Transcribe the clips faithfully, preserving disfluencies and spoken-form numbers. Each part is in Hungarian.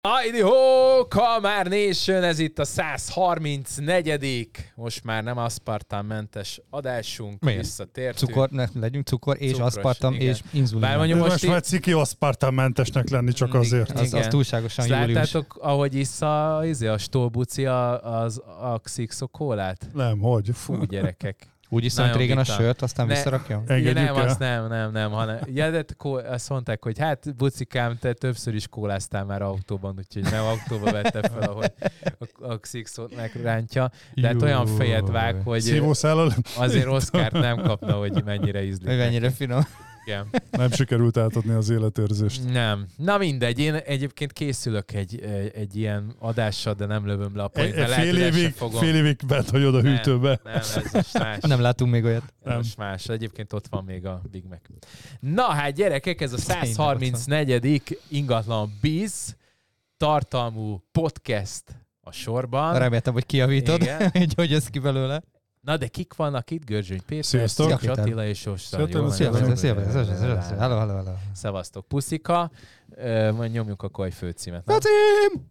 Ajdi-hó, Kalmár Nation, ez itt a száz harmincnegyedik Most már nem aszpartammentes adásunk, miért? Visszatértünk. Cukor, ne legyünk cukor és Cukros, aszpartam igen. és inzulin. Bár mondjuk most most már ciki aszpartammentesnek lenni csak azért. Az, az túlságosan Ezt július. láttátok, ahogy issza a stolbuci az Axixokólát? Nem, hogy? Fú, gyerekek. Úgy iszont Nagyon régen a vita. sört, aztán Ne- visszarakja? Ja, Engedjük nem, el. azt nem, nem, nem, hanem, ja, de ko- azt mondták, hogy hát bucikám, te többször is kóláztál már autóban, úgyhogy nem autóba vette fel, ahogy a, a Xixot megrántja. De hát olyan fejet vág, hogy Szívószállal azért Oszkárt nem kapna, hogy mennyire ízlik. Hogy mennyire finom. Igen. nem sikerült átadni az életérzést. Nem. Na mindegy, én egyébként készülök egy, egy, egy ilyen adással, de nem lövöm le a point, mert lehet, Fél hogy ezt sem évig, fogom. fél évig bent hagyod a Nem, hűtőbe. Nem, ez most más. Nem látunk még olyat. Ez most más. Egyébként ott van még a Big Mac. Na hát gyerekek, ez a száz harmincnegyedik ingatlan biz tartalmú podcast a sorban. Reméltem, hogy kijavítod, Igen. hogy hogy ez ki belőle. Na de kik vannak itt? Görzsöny Péter, Sziasztok. Szűcs Attila és Ostan. Sziasztok. Szia, szia, szia, hello, hello, hello. Szevasztok, puszika. Ö, Majd nyomjuk akkor egy főcímet. nem? Pacim!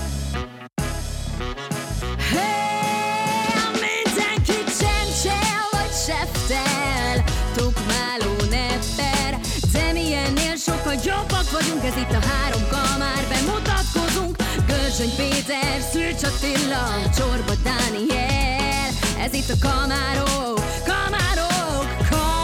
Hey, mindenki csencsel vagy seftel, tukmáló nepper, de mi ennél sokkal jobbak vagyunk, ez itt a három kamár, bemutatkozunk, Görzsöny Péter, Szűcs Attila, Csorba Dániel, ez itt a Kamárok, Kamárok,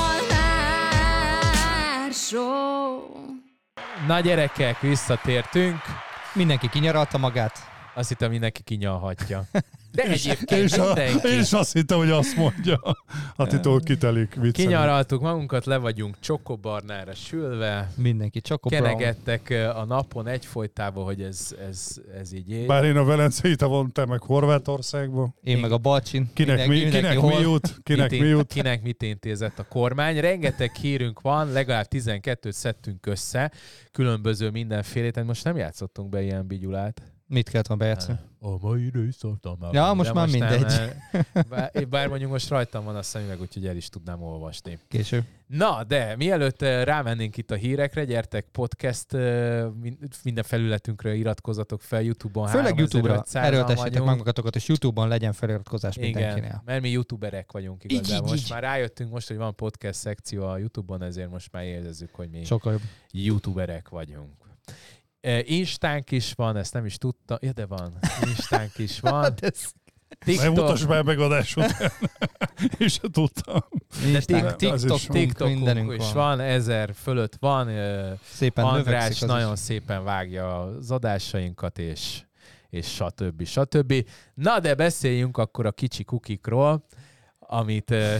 Kalmár Show. Na gyerekek, visszatértünk. Mindenki kinyaralta magát. Azt hittem, mindenki kinyalhatja. De egyébként És a, mindenki. én is azt hittem, hogy azt mondja. Attitól kitelik viccelni. Kinyaraltuk magunkat, le vagyunk csokobarnára sülve. Mindenki csak Kenegettek a napon egyfolytában, hogy ez, ez, ez így él. Bár én a Velencei tavon, te meg Horvátországba. Én meg a Balcsin. Kinek, mi, kinek mi jut? Kinek mit mi in- jut? Kinek mit intézett a kormány. Rengeteg hírünk van, legalább tizenkettőt szedtünk össze, különböző mindenfélét. Most nem játszottunk be ilyen bigyulát. Mit kellett volna bejátszani? A mai résztartam már. Ja, most De már nem, mindegy. mert- Bár, bár mondjuk most rajtam van a szemüveg, úgyhogy el is tudnám olvasni. Később. Na, de mielőtt eh, rámennénk itt a hírekre, gyertek podcast, eh, min- minden felületünkre iratkozatok fel, YouTube-on. Főleg YouTube-ra háromezer-ötszázan erőltessétek vagyunk. magatokat, és YouTube-on legyen feliratkozás Igen, mindenkinél. mert mi youtuberek vagyunk Így, igazából. így, Most így. már rájöttünk most, hogy van podcast szekció a YouTube-on, ezért most már érezzük, hogy mi Sokkal jobb. youtuberek vagyunk. Eh, Instánk is van, ezt nem is tudtam. Ja, de van. Instánk is van. ez... Nem mutasd be megadás után. Én sem tudtam. De Instán, tik- az TikTok, is van. TikTokunk Mindenünk is van. van, ezer fölött van. eh, Szépen András növekszik az nagyon is. szépen vágja az adásainkat, és, és stb. stb. Na, de beszéljünk akkor a kicsi kukikról, amit eh,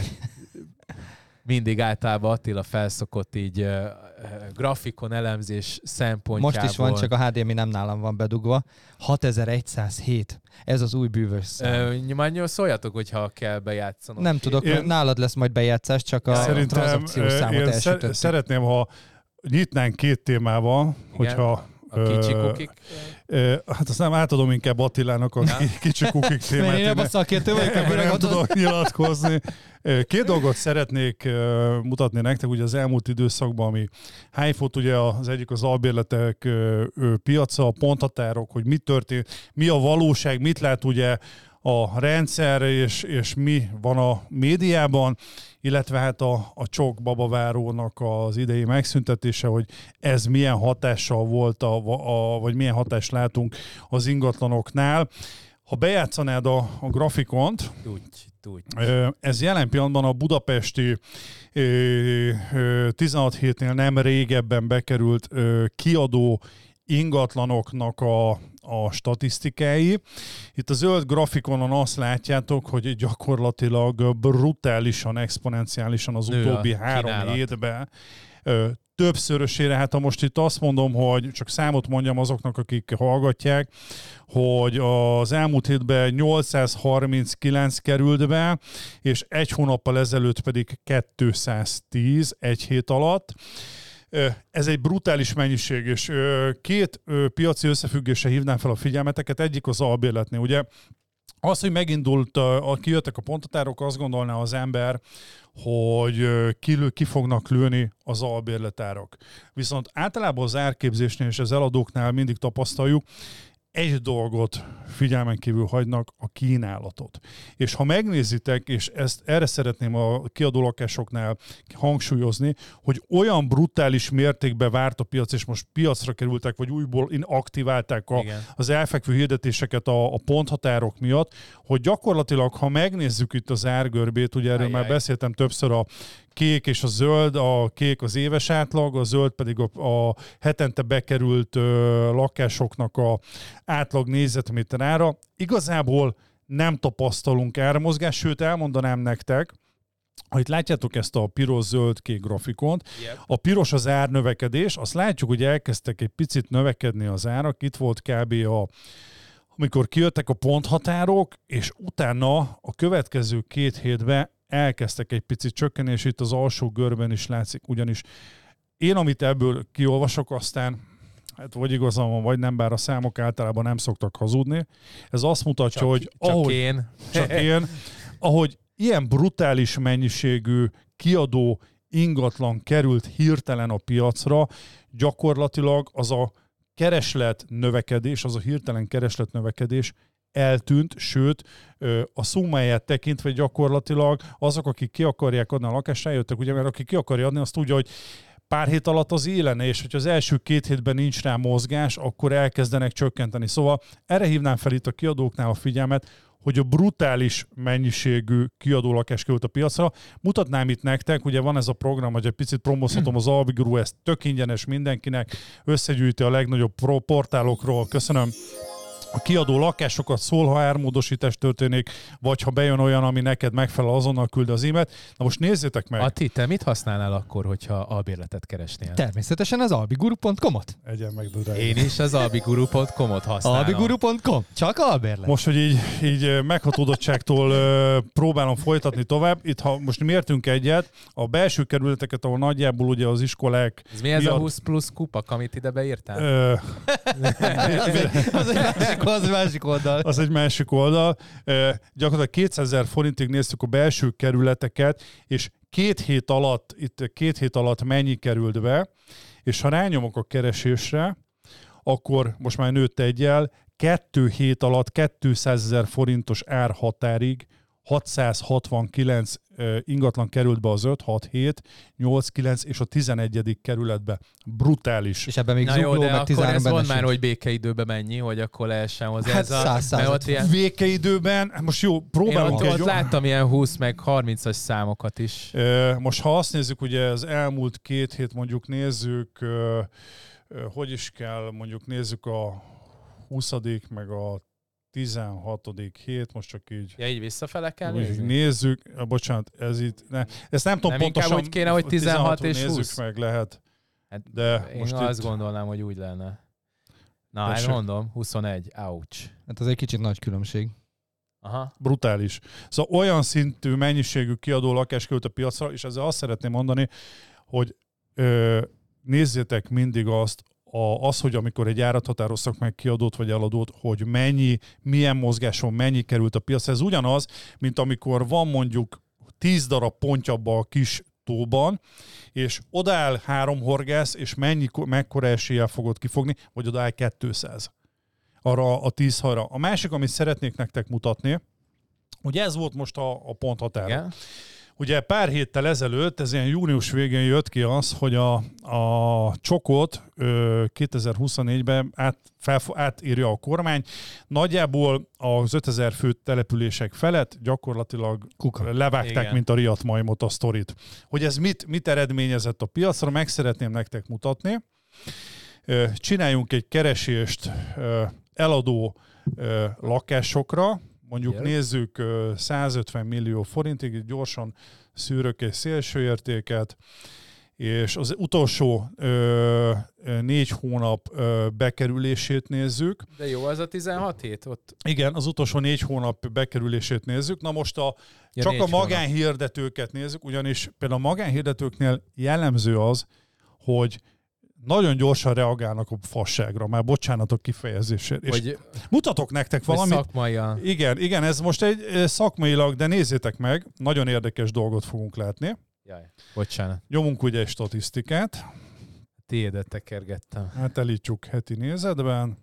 mindig általában Attila felszokott így eh, eh, grafikon elemzés szempontjából. Most is van, csak a há dé em i nem nálam van bedugva. hatezer-egyszázhét. Ez az új bűvös szám. Ö, majd szóljatok, hogyha kell bejátszanom. Nem tudok, Én- mert nálad lesz majd bejátszás, csak a Szerintem tranzakciós ö, számot én szer- elsütöttük. szeretném, ha nyitnánk két témával, hogyha... A kicsi ö, kukik. ö, Hát azt nem átadom inkább Attilának a Ja. ki- kicsi kukik témát. Mert én Én ebben a szakértő vagyok, ebben ebben nem nem tudok nyilatkozni. Két dolgot szeretnék ö, mutatni nektek, ugye az elmúlt időszakban, ami hájfot, ugye az egyik az albérletek ö, ö, piaca, a ponthatárok, hogy mi történt, mi a valóság, mit lát ugye a rendszer, és, és mi van a médiában, illetve hát a, a Csok babavárónak az idei megszüntetése, hogy ez milyen hatással volt, a, a, vagy milyen hatást látunk az ingatlanoknál. Ha bejátszanád a, a grafikont, Tudj, tudj. Ö, ez jelen pillanatban a budapesti ö, ö, tizenhat hétnél nem régebben bekerült ö, kiadó ingatlanoknak a, a statisztikái. Itt a zöld grafikonon azt látjátok, hogy gyakorlatilag brutálisan, exponenciálisan az Nő utóbbi a három kínálat. hétben ö, többszörösére, hát ha most itt azt mondom, hogy csak számot mondjam azoknak, akik hallgatják, hogy az elmúlt hétben nyolcszázharminckilenc került be, és egy hónappal ezelőtt pedig kétszáztíz egy hét alatt. Ez egy brutális mennyiség, és két piaci összefüggésre hívnám fel a figyelmeteket. Egyik az albérletnél. Ugye Az, hogy megindult, a, kijöttek a ponthatárok, azt gondolná az ember, hogy ki, ki fognak lőni az albérletárak. Viszont általában az árképzésnél és az eladóknál mindig tapasztaljuk, egy dolgot figyelmen kívül hagynak, a kínálatot. És ha megnézitek, és ezt erre szeretném a kiadó lakásoknál hangsúlyozni, hogy olyan brutális mértékben várt a piac, és most piacra kerültek, vagy újból aktiválták a, az elfekvő hirdetéseket a, a ponthatárok miatt, hogy gyakorlatilag, ha megnézzük itt az árgörbét, ugye erről Ajjaj. már beszéltem többször, a kék és a zöld, a kék az éves átlag, a zöld pedig a, a hetente bekerült ö, lakásoknak a átlag négyzetméter ára. Igazából nem tapasztalunk ármozgást, sőt elmondanám nektek, ha itt látjátok ezt a piros-zöld-kék grafikont, yep. a piros az árnövekedés, azt látjuk, hogy elkezdtek egy picit növekedni az árak, itt volt kb. A amikor kijöttek a ponthatárok, és utána a következő két hétben elkezdtek egy picit csökkenni, és itt az alsó görben is látszik, ugyanis én, amit ebből kiolvasok, aztán hát vagy igazam van, vagy nem, bár a számok általában nem szoktak hazudni. Ez azt mutatja, csak, hogy csak ahogy, én. csak én, ahogy ilyen brutális mennyiségű kiadó ingatlan került hirtelen a piacra, gyakorlatilag az a kereslet növekedés, az a hirtelen kereslet növekedés eltűnt, sőt, a szummáját tekintve gyakorlatilag azok, akik ki akarják adni a lakást, rájöttek, ugye, mert aki ki akarja adni, azt tudja, hogy pár hét alatt az élene, és hogyha az első két hétben nincs rá mozgás, akkor elkezdenek csökkenteni. Szóval erre hívnám fel itt a kiadóknál a figyelmet, hogy a brutális mennyiségű kiadó lakás került a piacra. Mutatnám itt nektek, ugye van ez a program, hogy egy picit promózhatom az Albiguru, ez tök ingyenes mindenkinek, összegyűjti a legnagyobb portálokról. Köszönöm. A kiadó lakásokat szól, ha ármódosítás történik, vagy ha bejön olyan, ami neked megfelel, azonnal küld az e-mailt. Na most nézzétek meg. Ati, te mit használnál akkor, hogyha albérletet keresnél? Természetesen az albiguru pont com-ot. Egyen meg, Dudai. Én is az albiguru pont com-ot használom. albiguru pont com. Csak albérlet. Most, hogy így, így meghatodottságtól próbálom folytatni tovább. Itt, ha most mértünk egyet, a belső kerületeket, ahol nagyjából ugye az iskolák... Ez mi ez miatt... a húsz plusz kupak, amit ide beírtál? Ö... az egy másik, az egy másik oldal. Az egy másik oldal. Ö, gyakorlatilag kétszázezer forintig néztük a belső kerületeket, és két hét alatt, itt két hét alatt mennyi került be, és ha rányomok a keresésre, akkor most már nőtt egyel, kettő hét alatt kétszázezer forintos árhatárig hatszázhatvankilenc uh, ingatlan került be az öt, hat, hét, nyolc, kilenc és a tizenegyedik kerületbe. Brutális. És ebben még Na zugló, jó, de meg akkor ez tizenhárom van már, hogy békeidőben mennyi, hogy akkor lehessen hozzá. Hát ez a, száz százat. ilyen... Békeidőben, most jó, próbálunk Én ott, egy... ott láttam ilyen húsz meg harmincas számokat is. Uh, most ha azt nézzük, ugye az elmúlt két hét mondjuk nézzük, uh, uh, hogy is kell, mondjuk nézzük a huszadik meg a tizenhatodik hét, most csak így... Ja, így visszafele kell nézni? Nézzük, bocsánat, ez itt... Ne, ezt nem tudom nem pontosan... Nem úgy kéne, hogy tizenhat és nézzük húsz? meg, lehet. Hát de én most azt itt... gondolnám, hogy úgy lenne. Na, hát mondom, huszonegy, ouch. Hát az egy kicsit nagy különbség. Aha. Brutális. Szóval olyan szintű mennyiségű kiadó lakás került a piacra, és ezzel azt szeretném mondani, hogy ö, nézzétek mindig azt, A, az, hogy amikor egy árat határoztak meg kiadót vagy eladót, hogy mennyi, milyen mozgáson mennyi került a piacra. Ez ugyanaz, mint amikor van mondjuk tíz darab pontja abba a kis tóban, és odaáll három horgász, és mennyi, mekkora eséllyel fogod kifogni, vagy odaáll kétszáz. Arra a tíz hajra. A másik, amit szeretnék nektek mutatni, ugye ez volt most a, a ponthatár. Igen. Ugye pár héttel ezelőtt, ez ilyen június végén jött ki az, hogy a, a csokot ö, kétezer-huszonnégyben át, fel, átírja a kormány. Nagyjából az ötezer fő települések felett gyakorlatilag Kuka. levágták, igen, mint a riadt majmot a sztorit. Hogy ez mit, mit eredményezett a piacra, meg szeretném nektek mutatni. Ö, csináljunk egy keresést ö, eladó ö, lakásokra, mondjuk yeah. nézzük százötven millió forintig, gyorsan szűrök egy szélső értéket, és az utolsó ö, négy hónap ö, bekerülését nézzük. De jó, az a tizenhat hét ott? Igen, az utolsó négy hónap bekerülését nézzük. Na most a, ja, csak a magánhirdetőket nézzük, ugyanis például a magánhirdetőknél jellemző az, hogy nagyon gyorsan reagálnak a fasságra, már bocsánatok kifejezésért. És Hogy, mutatok nektek hogy valamit. szakmaian. Igen, igen, ez most egy szakmailag, de nézzétek meg, nagyon érdekes dolgot fogunk látni. Jaj, bocsánat. Nyomunk ugye egy statisztikát. Tiédet tekergettem. Hát elítjuk heti nézetben.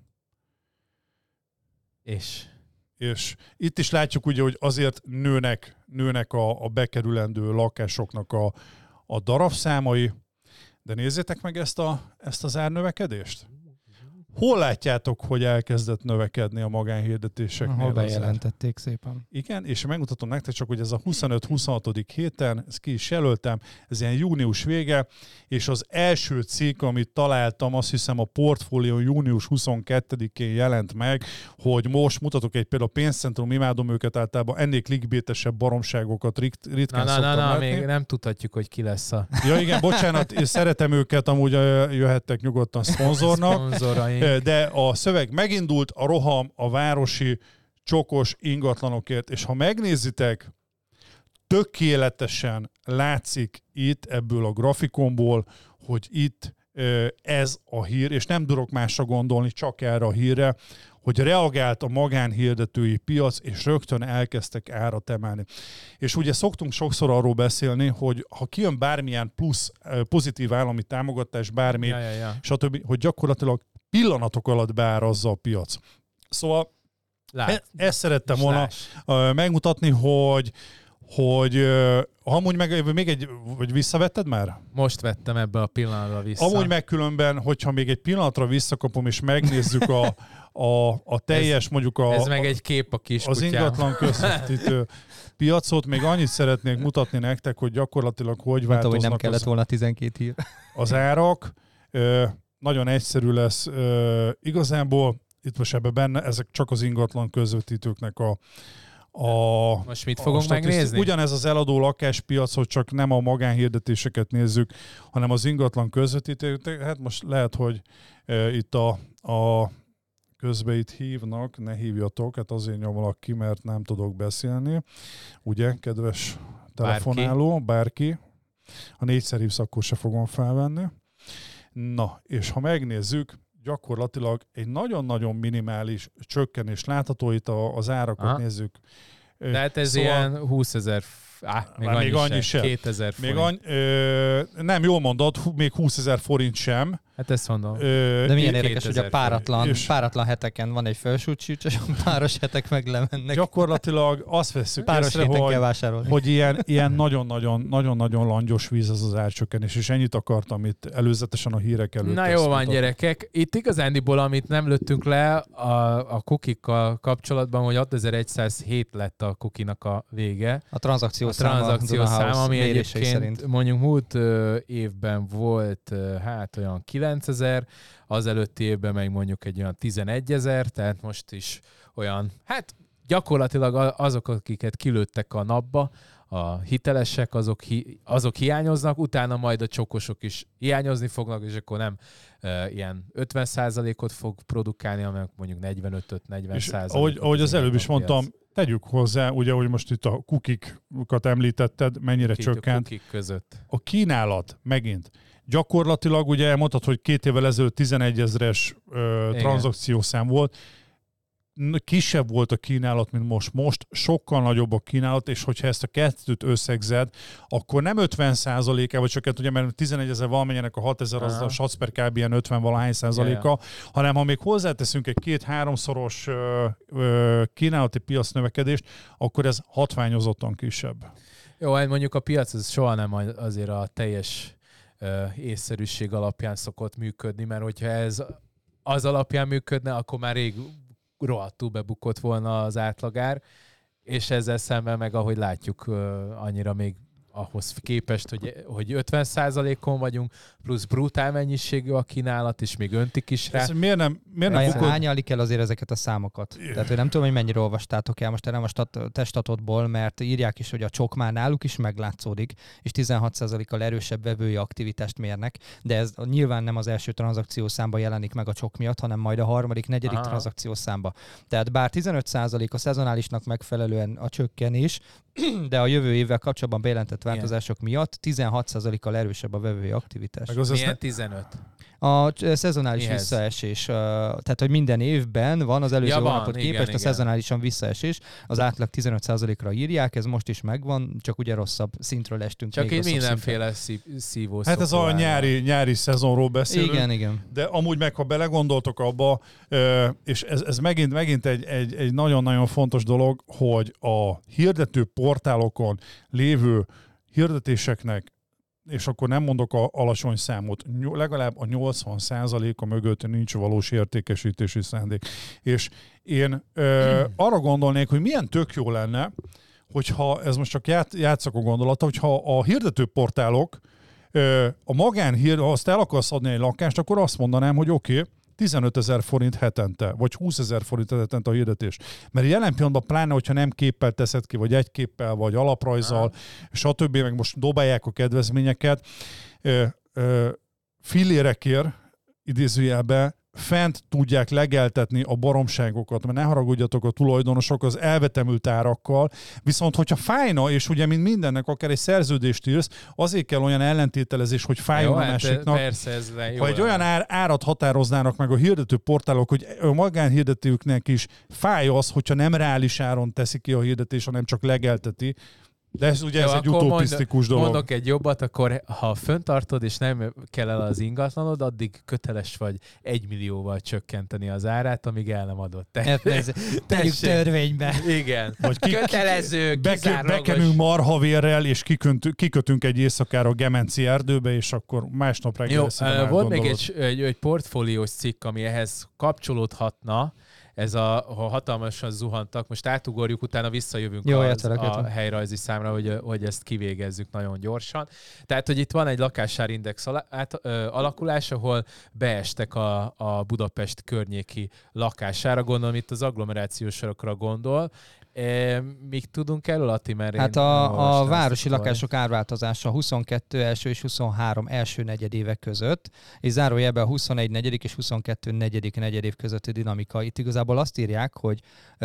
És? És itt is látjuk ugye, hogy azért nőnek, nőnek a, a bekerülendő lakásoknak a, a darabszámai. De nézzétek meg ezt, a, ezt az árnövekedést. Hol látjátok, hogy elkezdett növekedni a magánhirdetéseknél? Ahol bejelentették szépen. Igen, és megmutatom nektek csak, hogy ez a huszonöt-huszonhatodik héten, ezt ki is jelöltem, ez ilyen június vége, és az első cikk, amit találtam, azt hiszem a Portfólió június huszonkettedikén jelent meg, hogy most mutatok egy például pénzcentrum, imádom őket általában, ennél clickbaitesebb baromságokat ritkán Na, na, szoktam na, na, látni. még nem tudhatjuk, hogy ki lesz a Ja igen, bocsánat, én szeretem őket, amúgy jöhettek nyugodtan szponzornak. szponzoraink. De a szöveg megindult, a roham a városi csokos ingatlanokért, és ha megnézitek, tökéletesen látszik itt ebből a grafikonból, hogy itt ez a hír, és nem tudok másra gondolni, csak erre a hírre, hogy reagált a magánhirdetői piac, és rögtön elkezdtek árat emelni. És ugye szoktunk sokszor arról beszélni, hogy ha kijön bármilyen plusz pozitív állami támogatás, bármi, Ja, ja, ja. stb., hogy gyakorlatilag pillanatok alatt beárazza a piac. Szóval Lát. e- ezt szerettem És volna láss. uh, megmutatni, hogy hogy uh, amúgy meg még egy, vagy visszavetted már? Most vettem ebbe a pillanatba vissza. Amúgy meg különben, hogyha még egy pillanatra visszakapom, és megnézzük a, a, a teljes, ez, mondjuk a, ez meg egy kép a kiskutyám. az ingatlan közvetítő piacot, még annyit szeretnék mutatni nektek, hogy gyakorlatilag hogy Mondta, hogy változnak nem kellett az, volna tizenkét hír. az árak. Ö, nagyon egyszerű lesz ö, igazából, itt most ebben benne, ezek csak az ingatlan közvetítőknek a A, Most mit fogunk a statiszti- megnézni? Ugyanez az eladó lakáspiacot, csak nem a magánhirdetéseket nézzük, hanem az ingatlan közvetítőket. Hát most lehet, hogy e, itt a, a közben itt hívnak, ne hívjatok, hát azért nyomolak ki, mert nem tudok beszélni. Ugye, kedves telefonáló, bárki. Ha négyszer hívsz, akkor se fogom felvenni. Na, és ha megnézzük, gyakorlatilag egy nagyon-nagyon minimális csökkenés látható, itt a, az árakat Aha. nézzük. Tehát ez Szóval- ilyen húszezer, á, még, Már annyi, még annyi sem, sem. kétezer Még forint. any, ö, nem, jól mondod, hú- még húszezer forint sem. Hát ezt mondom. Ö, De milyen é- érdekes, hogy a kétezer páratlan, És- páratlan heteken van egy felsőcsúcs, és a páros hetek meg lemennek. Gyakorlatilag azt veszük Páros észre, héten kell hogy, vásárolni. hogy ilyen, ilyen nagyon-nagyon, nagyon-nagyon langyos víz az az árcsökkenés, és ennyit akartam itt előzetesen a hírek előtt. Na ezt jó van, mutatni. gyerekek. Itt igazándiból, amit nem lőttünk le a, a kukikkal kapcsolatban, hogy hatezeregyszázhét lett a kukinak a vége. A tranzakció A száma, tranzakció Duna szám, House ami mérései egyébként szerint. mondjuk múlt ö, évben volt ö, hát olyan kilencezer, az előtti évben meg mondjuk egy olyan tizenegyezer, tehát most is olyan, hát gyakorlatilag a- azok, akiket kilőttek a napba, a hitelesek, azok, hi, azok hiányoznak, utána majd a csokosok is hiányozni fognak, és akkor nem uh, ilyen ötven százalékot fog produkálni, hanem mondjuk negyvenöt-negyven És százalékot. ahogy, ahogy az előbb is ingatlanpiac. mondtam, tegyük hozzá, ugye, hogy most itt a kukikat említetted, mennyire Kik a csökkent. kukik között. A kínálat megint. Gyakorlatilag ugye mondtad, hogy két évvel ezelőtt tizenegyezres tranzakciószám volt. N- Kisebb volt a kínálat, mint most. Most sokkal nagyobb a kínálat, és hogyha ezt a kettőt összegzed, akkor nem ötven százalékával, csak hát ugye, mert tizenegyezer valamennyienek a hatezer, az Aha. a satsz per kb. Ilyen ötven valahány százaléka, Ja, hanem ha még hozzáteszünk egy két-háromszoros ö, ö, kínálati piac növekedést, akkor ez hatványozottan kisebb. Jó, hát mondjuk a piac az soha nem azért a teljes ö, észszerűség alapján szokott működni, mert hogyha ez az alapján működne, akkor már rég rohadtul bebukott volna az átlagár, és ezzel szemben meg, ahogy látjuk, ö, annyira még ahhoz képest, hogy, hogy ötven százalékon vagyunk, plusz brutál mennyiségű a kínálat, és még öntik is rá. Ez miért nem, miért nem Hány- bukott? Hányalni kell azért ezeket a számokat. Tehát, hogy nem tudom, hogy mennyire olvastátok el most erre a stat- testatotból, mert írják is, hogy a csok már náluk is meglátszódik, és tizenhat százalékkal erősebb vevői aktivitást mérnek, de ez nyilván nem az első tranzakciószámba jelenik meg a csok miatt, hanem majd a harmadik, negyedik Aha. tranzakciószámba. Tehát bár tizenöt százalék a szezonálisnak megfelelően a csökkenés, de a jövő évvel kapcsolatban bejelentett változások miatt tizenhat százalékkal erősebb a vevői aktivitás. Meg az Milyen ne... tizenöt? A szezonális Mihez? visszaesés, tehát hogy minden évben van az előző ja, hónapot képest igen, a igen. szezonálisan visszaesés, az átlag tizenöt százalékra írják, ez most is megvan, csak ugye rosszabb szintről estünk. Csak így mindenféle szívó. Hát ez a nyári, nyári szezonról beszélünk. Igen, igen. De amúgy meg, ha belegondoltok abba, és ez, ez megint, megint egy, egy, egy nagyon-nagyon fontos dolog, hogy a hirdető portálokon lévő hirdetéseknek, és akkor nem mondok a alacsony számot, legalább a nyolcvan százaléka mögött nincs valós értékesítési szándék. És én ö, arra gondolnék, hogy milyen tök jó lenne, hogyha, ez most csak ját, játszak a gondolata, hogyha a hirdetőportálok ö, a magánhír, ha azt el akarsz adni egy lakást, akkor azt mondanám, hogy oké, okay, tizenötezer forint hetente, vagy húszezer forint hetente a hirdetés. Mert jelen pillanatban pláne, hogyha nem képpel teszed ki, vagy egy képpel, vagy alaprajzzal, stb. Meg most dobálják a kedvezményeket, ö, ö, fillérekért, idézőjelbe, fent tudják legeltetni a baromságokat, mert ne haragudjatok a tulajdonosok az elvetemült árakkal, viszont hogyha fájna, és ugye mint mindennek akár egy szerződést írsz, azért kell olyan ellentételezés, hogy fájjon jó, a másiknak. Persze, ez le, jó, ha egy olyan ár, árat határoznának meg a hirdető portálok, hogy a magánhirdetőknek is fáj az, hogyha nem reális áron teszi ki a hirdetés, hanem csak legelteti. De ez ugye jó, ez egy utopisztikus mond, dolog. Mondok egy jobbat, akkor ha föntartod és nem kell el az ingatlanod, addig köteles vagy egy millióval csökkenteni az árát, amíg el nem adott. Te, Tegyük törvénybe. Igen. Vagy ki, kötelező, beke, bekenünk marhavérrel, és kiköntünk, kikötünk egy éjszakára a Gemenci erdőbe, és akkor másnap reggel jó, uh, volt még egy, egy, egy portfóliós cikk, ami ehhez kapcsolódhatna. Ez a, ha hatalmasan zuhantak, most átugorjuk, utána visszajövünk Jó, az, értelek, a értelek. helyrajzi számra, hogy, hogy ezt kivégezzük nagyon gyorsan. Tehát, hogy itt van egy lakásárindex át, ö, alakulás, ahol beestek a, a Budapest környéki lakására, gondolom itt az agglomerációs sorokra gondol. E, még tudunk erről, Atti? Mert hát a, a városi lakások árváltozása huszonkettő első és huszonhárom első negyedévek között, és zárójelben a huszonegy negyedik és huszonkettő negyedik negyedév közötti dinamika. Itt igazából azt írják, hogy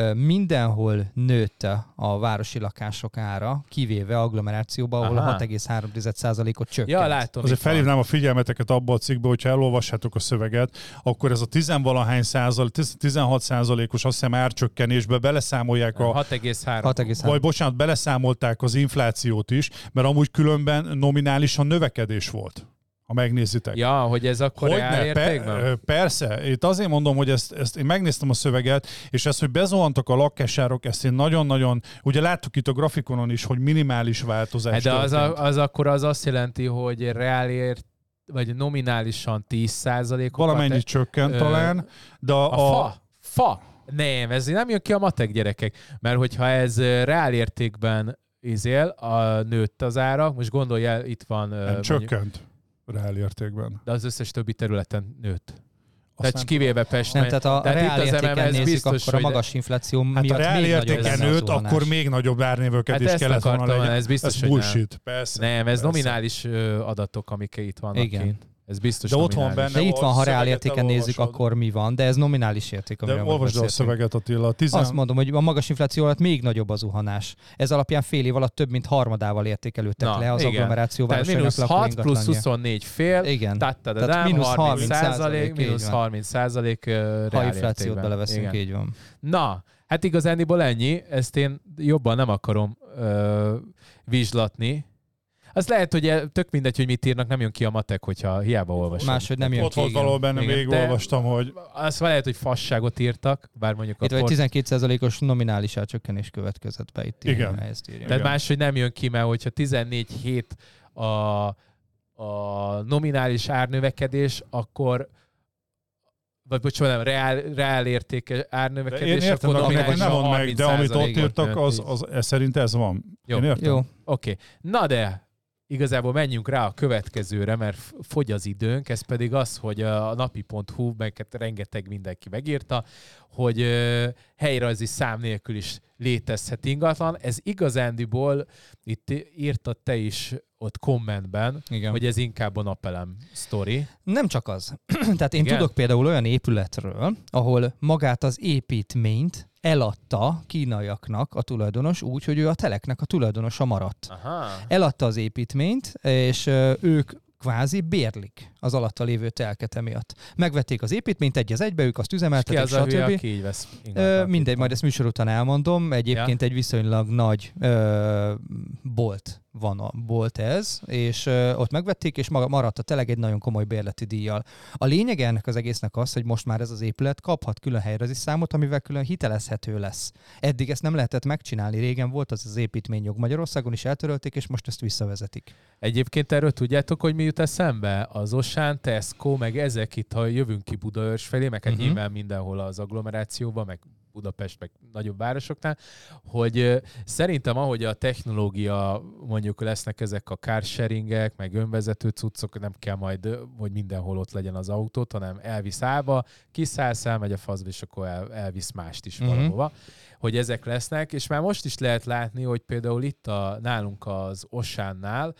mindenhol nőtt a városi lakások ára, kivéve agglomerációban, ahol aha. a hat egész három százalékot csökkent. Ja, látom. Azért felhívnám a figyelmeteket abba a cikkbe, hogyha elolvassátok a szöveget, akkor ez a tizenvalahány százalék, tizenhat százalékos azt hiszem árcsökkenésbe beleszámolják a hat egész három. Vagy bocsánat, beleszámolták az inflációt is, mert amúgy különben nominálisan növekedés volt, ha megnézitek. Ja, hogy ez akkor reál értékben? Per, persze. Itt azért mondom, hogy ezt, ezt én megnéztem a szöveget, és ez, hogy bezuhantak a lakásárok, ezt én nagyon-nagyon, ugye láttuk itt a grafikonon is, hogy minimális változás de az, a, az akkor az azt jelenti, hogy reál ért vagy nominálisan tíz százalékokat. Valamennyit csökkent ö, talán, de a... a fa, fa. Nem, ez nem jön ki a matek, gyerekek. Mert hogyha ez reál értékben izél, a nőtt az ára, most gondolj el, itt van... Nem, mondjuk, csökkent reál értékben. De az összes többi területen nőtt. Azt tehát kivéve Pest. Nem, tehát a tehát reál értéken nézzük, biztos, akkor a magas infláció hát miatt a reál értéken nőtt, akkor még nagyobb árnövekedés hát kellett volna legyen. Ez biztos, ez hogy bullshit. Nem. Persze. Nem, ez persze. nominális adatok, amik itt vannak igen. kint. Ez biztos de ott van benne. De itt van, ha reál értéken nézzük, akkor mi van, de ez nominális érték, amiről de olvasd a szöveget, Attila. Tizen... Azt mondom, hogy a magas infláció alatt még nagyobb az zuhanás. Ez alapján fél év alatt több mint harmadával értékelődtek na, le az igen. agglomeráció városainak lakó hat plusz huszonnégy fél, igen. Tehát mínusz harminc százalék, mínusz harminc százalék reál ha inflációt beleveszünk, így van. Na, hát igazániból ennyi, ezt én jobban nem akarom ö, vizslatni. Az lehet, hogy tök mindegy, hogy mit írnak, nem jön ki a matek, hogyha hiába olvasom. Máshogy nem jön ott ki. Ott volt valahol benne, még olvastam, hogy... Azt lehet, hogy fasságot írtak, bár mondjuk... Itt vagy port... tizenkét százalékos nominális árcsökkenés következett be itt. Igen. Írja. Tehát máshogy nem jön ki, mert hogyha tizennégy hét a, a nominális árnövekedés, akkor vagy bocsánat, reál, reál értéke árnövekedés. Én értem, akkor meg, nem mondd meg, de amit ott írtak, az, az, az, szerint ez van. Jó. Én értem. Jó. Oké. Okay. Na de igazából menjünk rá a következőre, mert fogy az időnk, ez pedig az, hogy a napi pont hu, meg rengeteg mindenki megírta, hogy helyrajzi szám nélkül is létezhet ingatlan. Ez igazándiból, itt írtad te is ott kommentben, igen. hogy ez inkább a napelem sztori. Nem csak az. Tehát én igen? tudok például olyan épületről, ahol magát az építményt eladta kínaiaknak a tulajdonos úgy, hogy ő a teleknek a tulajdonosa maradt. Aha. Eladta az építményt, és ö, ők kvázi bérlik az alatta lévő telket emiatt. Megvették az építményt egy az egybe, ők azt üzemeltetik, stb. Ki az a hülye, stb. aki így vesz Ö, mindegy, majd ezt műsor után elmondom. Egyébként ja. egy viszonylag nagy ö, bolt van a bolt ez, és ö, ott megvették, és maradt a teleg egy nagyon komoly bérleti díjjal. A lényege ennek az egésznek az, hogy most már ez az épület kaphat külön helyrezi számot, amivel külön hitelezhető lesz. Eddig ezt nem lehetett megcsinálni, régen volt az az építményjog. Magyarországon is eltörölték, és most ezt visszavezetik. Egyébként erről tudjátok, hogy mi jut eszembe? Az Osán, Tesco, meg ezek itt, ha jövünk ki Budaörs felé, meg hát uh-huh. nyilván mindenhol az agglomerációban, meg Budapest, meg nagyobb városoknál, hogy szerintem ahogy a technológia, mondjuk lesznek ezek a carsharingek, meg önvezető cuccok, nem kell majd, hogy mindenhol ott legyen az autót, hanem elvisz Ába, kiszállsz, elmegy a faszba, és akkor el, elvisz mást is uh-huh. valahova, hogy ezek lesznek, és már most is lehet látni, hogy például itt a, nálunk az Osánnál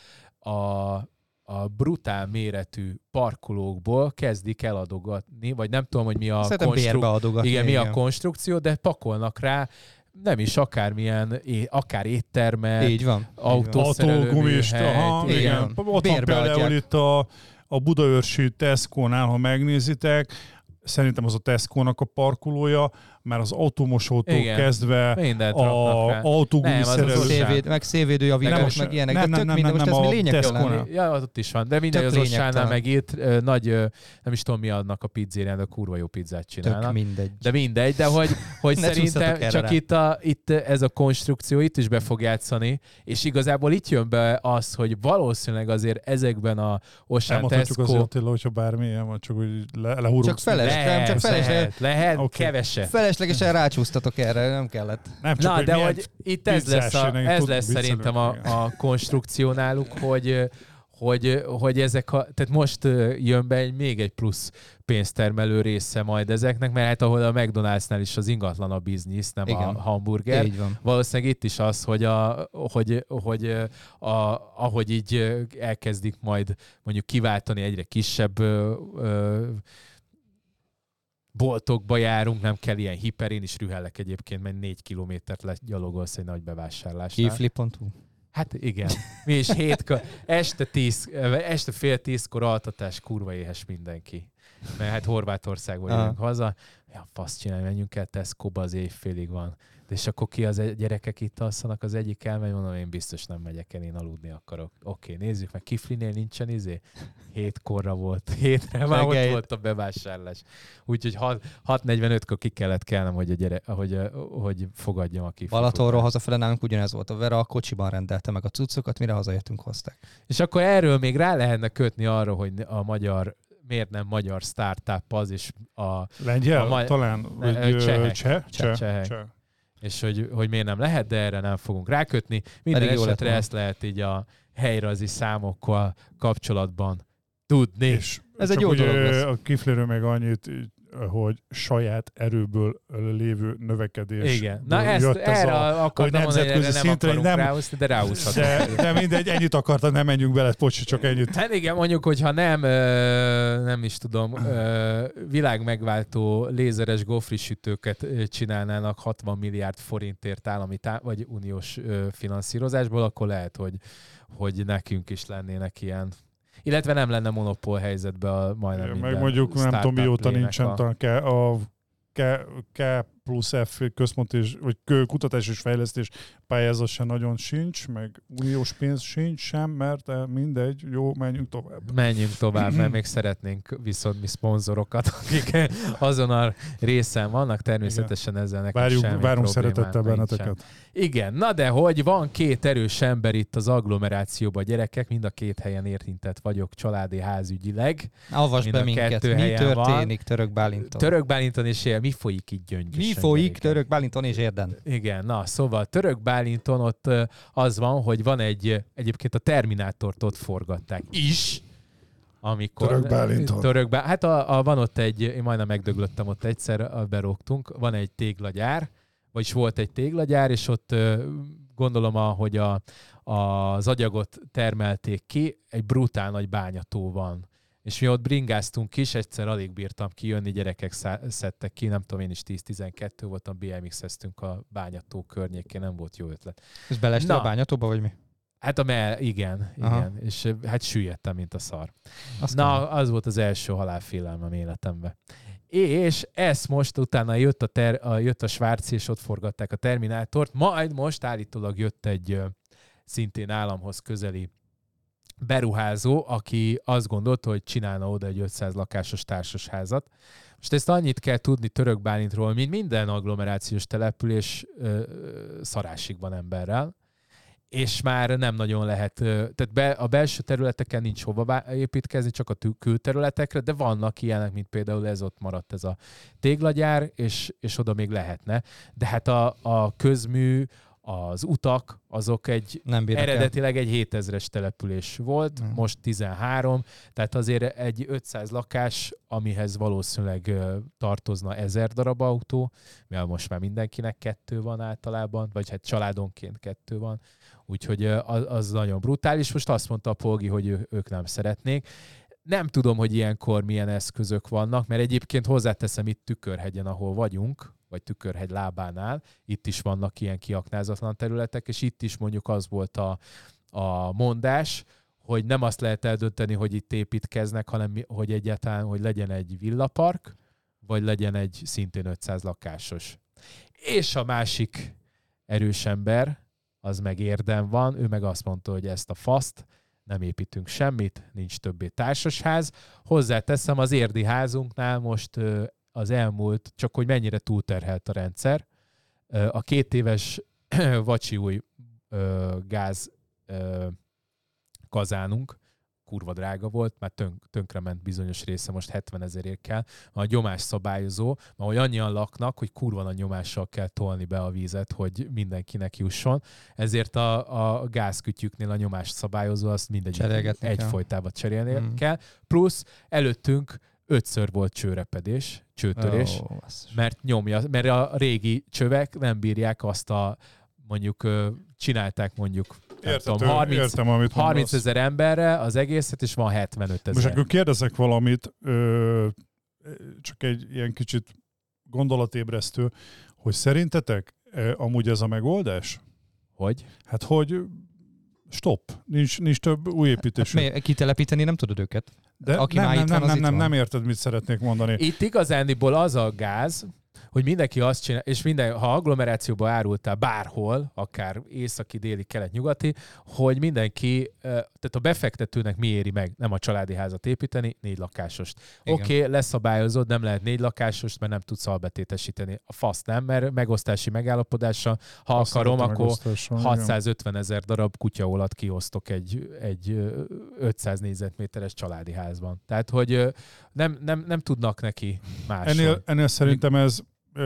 a a brutál méretű parkolókból kezdik eladogatni, vagy nem tudom, hogy mi a, konstru... igen, mi a konstrukció, de pakolnak rá nem is akármilyen, akár éttermet, így van, autógumis, aha, igen. Ott van például itt a, a budaörsi Tesco-nál, ha megnézitek, szerintem az a Tesco-nak a parkolója, már az automosótól igen. kezdve a autógumis szerelő. Meg szélvédőjavítás, meg ilyenek, de tök minden, most ez mi lényegtelen. Ja, ott is van, de minden az Ossánál megírt, nagy, nem is tudom mi adnak a pizzérián, de kurva jó pizzát csinálnak. Tök mindegy. De mindegy, de hogy, hogy szerintem csak itt, a, itt ez a konstrukció itt is be fog játszani, és igazából itt jön be az, hogy valószínűleg azért ezekben a Ossán, Tesco... Nem mondhatjuk az Attila, hogyha bármilyen van, csak úgy lehúrunk. Csak felesleg, csak felesleg. Lehet, kevese. Feleslegesen rácsúsztatok erre, nem kellett. Nem, csak, na, hogy de hogy itt ez lesz, a, ez lesz szerintem a, a a konstrukció náluk, hogy, hogy, hogy ezek a, tehát most jön be egy, még egy plusz pénztermelő része majd ezeknek, mert hát ahol a McDonald'snál is az ingatlan a biznisz, nem igen. a hamburger. Így van. Valószínűleg itt is az, hogy, a, hogy, hogy a, ahogy így elkezdik majd mondjuk kiváltani egyre kisebb ö, ö, boltokba járunk, nem kell ilyen hiper, én is rühellek egyébként, mert négy kilométert legyalogolsz egy nagy bevásárlásnál. Kifli pont hu Hát igen. Mi is hétkor, este, tíz, este fél tízkor altatás, kurva éhes mindenki. Mert hát Horvátországból jövünk haza. Ja, fasz csinálj, menjünk el Tesco-ba, az éjfélig van. De és akkor ki az gyerekek itt alszanak, az egyik elmegy, mondom, én biztos nem megyek el, én aludni akarok. Oké, nézzük meg, Kiflinél nincsen izé? Hétkorra volt, hétre már ott volt a bevásárlás. Úgyhogy hat negyvenötkor ki kellett kelnem, hogy, a gyere, hogy, hogy fogadjam a Kiflit. Balatonról hazafele nálunk ugyanez volt. A Vera a kocsiban rendelte meg a cuccokat, mire hazajöttünk, hozták. És akkor erről még rá lehetne kötni arra, hogy a magyar miért nem magyar startup az, és a... Lengyel? A ma- talán? Ne, Vagy, csehek. Cseh? Cseh. Csehek. Cseh. És hogy, hogy miért nem lehet, de erre nem fogunk rákötni. Minden Pedig esetre ezt lehet így a helyrajzi számokkal kapcsolatban tudni. És ez egy jó dolog lesz. A Kifliről meg annyit, hogy saját erőből lévő növekedés. Igen. Na ezt erre a, akartam mondani, hogy erre nem akarunk nem, ráhúzni, de ráhúzhatunk. De, de mindegy, ennyit akartam, nem menjünk bele, bocsi, csak ennyit. Hát igen, mondjuk, hogyha nem, nem is tudom, világ megváltó lézeres gofrisütőket csinálnának hatvan milliárd forintért állami tá- vagy uniós finanszírozásból, akkor lehet, hogy, hogy nekünk is lennének ilyen. Illetve nem lenne monopól helyzetben a majdnem ja, minden meg mondjuk nem tudom mióta nincsen a... a K, K plusz F központ és, vagy kutatás és fejlesztés pályázat sem nagyon sincs, meg uniós pénz sincs sem, mert mindegy, jó, menjünk tovább. Menjünk tovább, mert még szeretnénk viszont mi szponzorokat, akik azon a részen vannak, természetesen igen. ezzel nekünk Várjuk, semmi várunk problémánk szeretettel benneteket. nincsen. Igen, na de hogy van két erős ember itt az agglomerációban, gyerekek, mind a két helyen érintett vagyok családi házügyileg. Avasd be minket, mi történik Török Bálinton? Török Bálinton és él, mi folyik itt Gyöngyösen? Mi folyik Török Bálinton és Érden? Igen, na szóval Török Bálinton ott az van, hogy van egy, egyébként a Terminátort ott forgatták is, amikor... Török Bálinton. Török Bá... Hát a, a, van ott egy, én majdnem megdöglöttem ott egyszer, berogtunk, van egy téglagyár, vagyis volt egy téglagyár, és ott gondolom, hogy a, az agyagot termelték ki, egy brutál nagy bányató van. és mi ott bringáztunk is, egyszer alig bírtam kijönni, gyerekek szá- szedtek ki, nem tudom, én is tíz-tizenkettő voltam, bé em iksz-eztünk a Bányató környékén, nem volt jó ötlet. Ez belestél a Bányatóba, vagy mi? Hát a me- igen, Aha. igen, és hát süllyedtem, mint a szar. Aztán... Na, az volt az első halálfélelmem életemben. És ezt most utána jött a, ter- a, jött a Svárci, és ott forgatták a Terminátort, majd most állítólag jött egy ö, szintén államhoz közeli beruházó, aki azt gondolta, hogy csinálna oda egy ötszáz lakásos társasházat. Most ezt annyit kell tudni Török Bálintról, mint minden agglomerációs település ö, szarásig van emberrel, és már nem nagyon lehet, tehát be, a belső területeken nincs hova építkezni, csak a külterületekre, de vannak ilyenek, mint például ez ott maradt ez a téglagyár, és, és oda még lehetne. De hát a, a közmű, az utak, azok egy eredetileg egy hétezres település volt, hmm. most tizenhárom, tehát azért egy ötszáz lakás, amihez valószínűleg tartozna ezer darab autó, mivel most már mindenkinek kettő van általában, vagy hát családonként kettő van, úgyhogy az, az nagyon brutális. Most azt mondta a Polgi, hogy ő, ők nem szeretnék. Nem tudom, hogy ilyenkor milyen eszközök vannak, mert egyébként hozzáteszem, itt Tükörhegyen, ahol vagyunk, vagy Tükörhegy lábánál, itt is vannak ilyen kiaknázatlan területek, és itt is mondjuk az volt a, a mondás, hogy nem azt lehet eldönteni, hogy itt építkeznek, hanem hogy egyáltalán, hogy legyen egy villapark, vagy legyen egy szintén ötszáz lakásos. És a másik erős ember, az meg érdem van, ő meg azt mondta, hogy ezt a faszt, nem építünk semmit, nincs többé társasház. Hozzáteszem, az érdi házunknál most az elmúlt, csak hogy mennyire túlterhelt a rendszer. A két éves vacsi új gáz kazánunk, kurva drága volt, már tönk, tönkrement bizonyos része, most hetven ezerért kell. A nyomás szabályozó, mert hogy annyian laknak, hogy kurva nagy nyomással kell tolni be a vízet, hogy mindenkinek jusson. Ezért a, a gázkütyüknél a nyomás szabályozó, azt mindegyik egyfolytában cserélni mm. kell. Plusz előttünk ötször volt csőrepedés, csőtörés, oh, mert nyomja, mert a régi csövek nem bírják azt a, mondjuk csinálták mondjuk Értető, tudom, harminc, értem, amit harminc ezer emberre az egészet, és van hetvenöt ezer. Most akkor kérdezek valamit, ö, csak egy ilyen kicsit gondolatébresztő, hogy szerintetek ö, amúgy ez a megoldás? Hogy? Hát, hogy stop, nincs, nincs több új építés. Hát, kitelepíteni nem tudod őket? De Aki nem, már nem, itt nem, van, nem, nem, nem érted, mit szeretnék mondani. Itt igazándiból az a gáz, hogy mindenki azt csinál, és minden, ha agglomerációba árultál bárhol, akár északi, déli, kelet, nyugati, hogy mindenki, tehát a befektetőnek mi éri meg, nem a családi házat építeni, négy lakásost. Oké, okay, leszabályozod, nem lehet négy lakásost, mert nem tudsz albetétesíteni. A fasz nem, mert megosztási megállapodással, ha azt akarom, akkor hatszázötven ezer darab kutyaolat kiosztok egy, egy ötszáz négyzetméteres családi házban. Tehát, hogy nem, nem, nem tudnak neki máshol. Ennél, ennél szerintem ez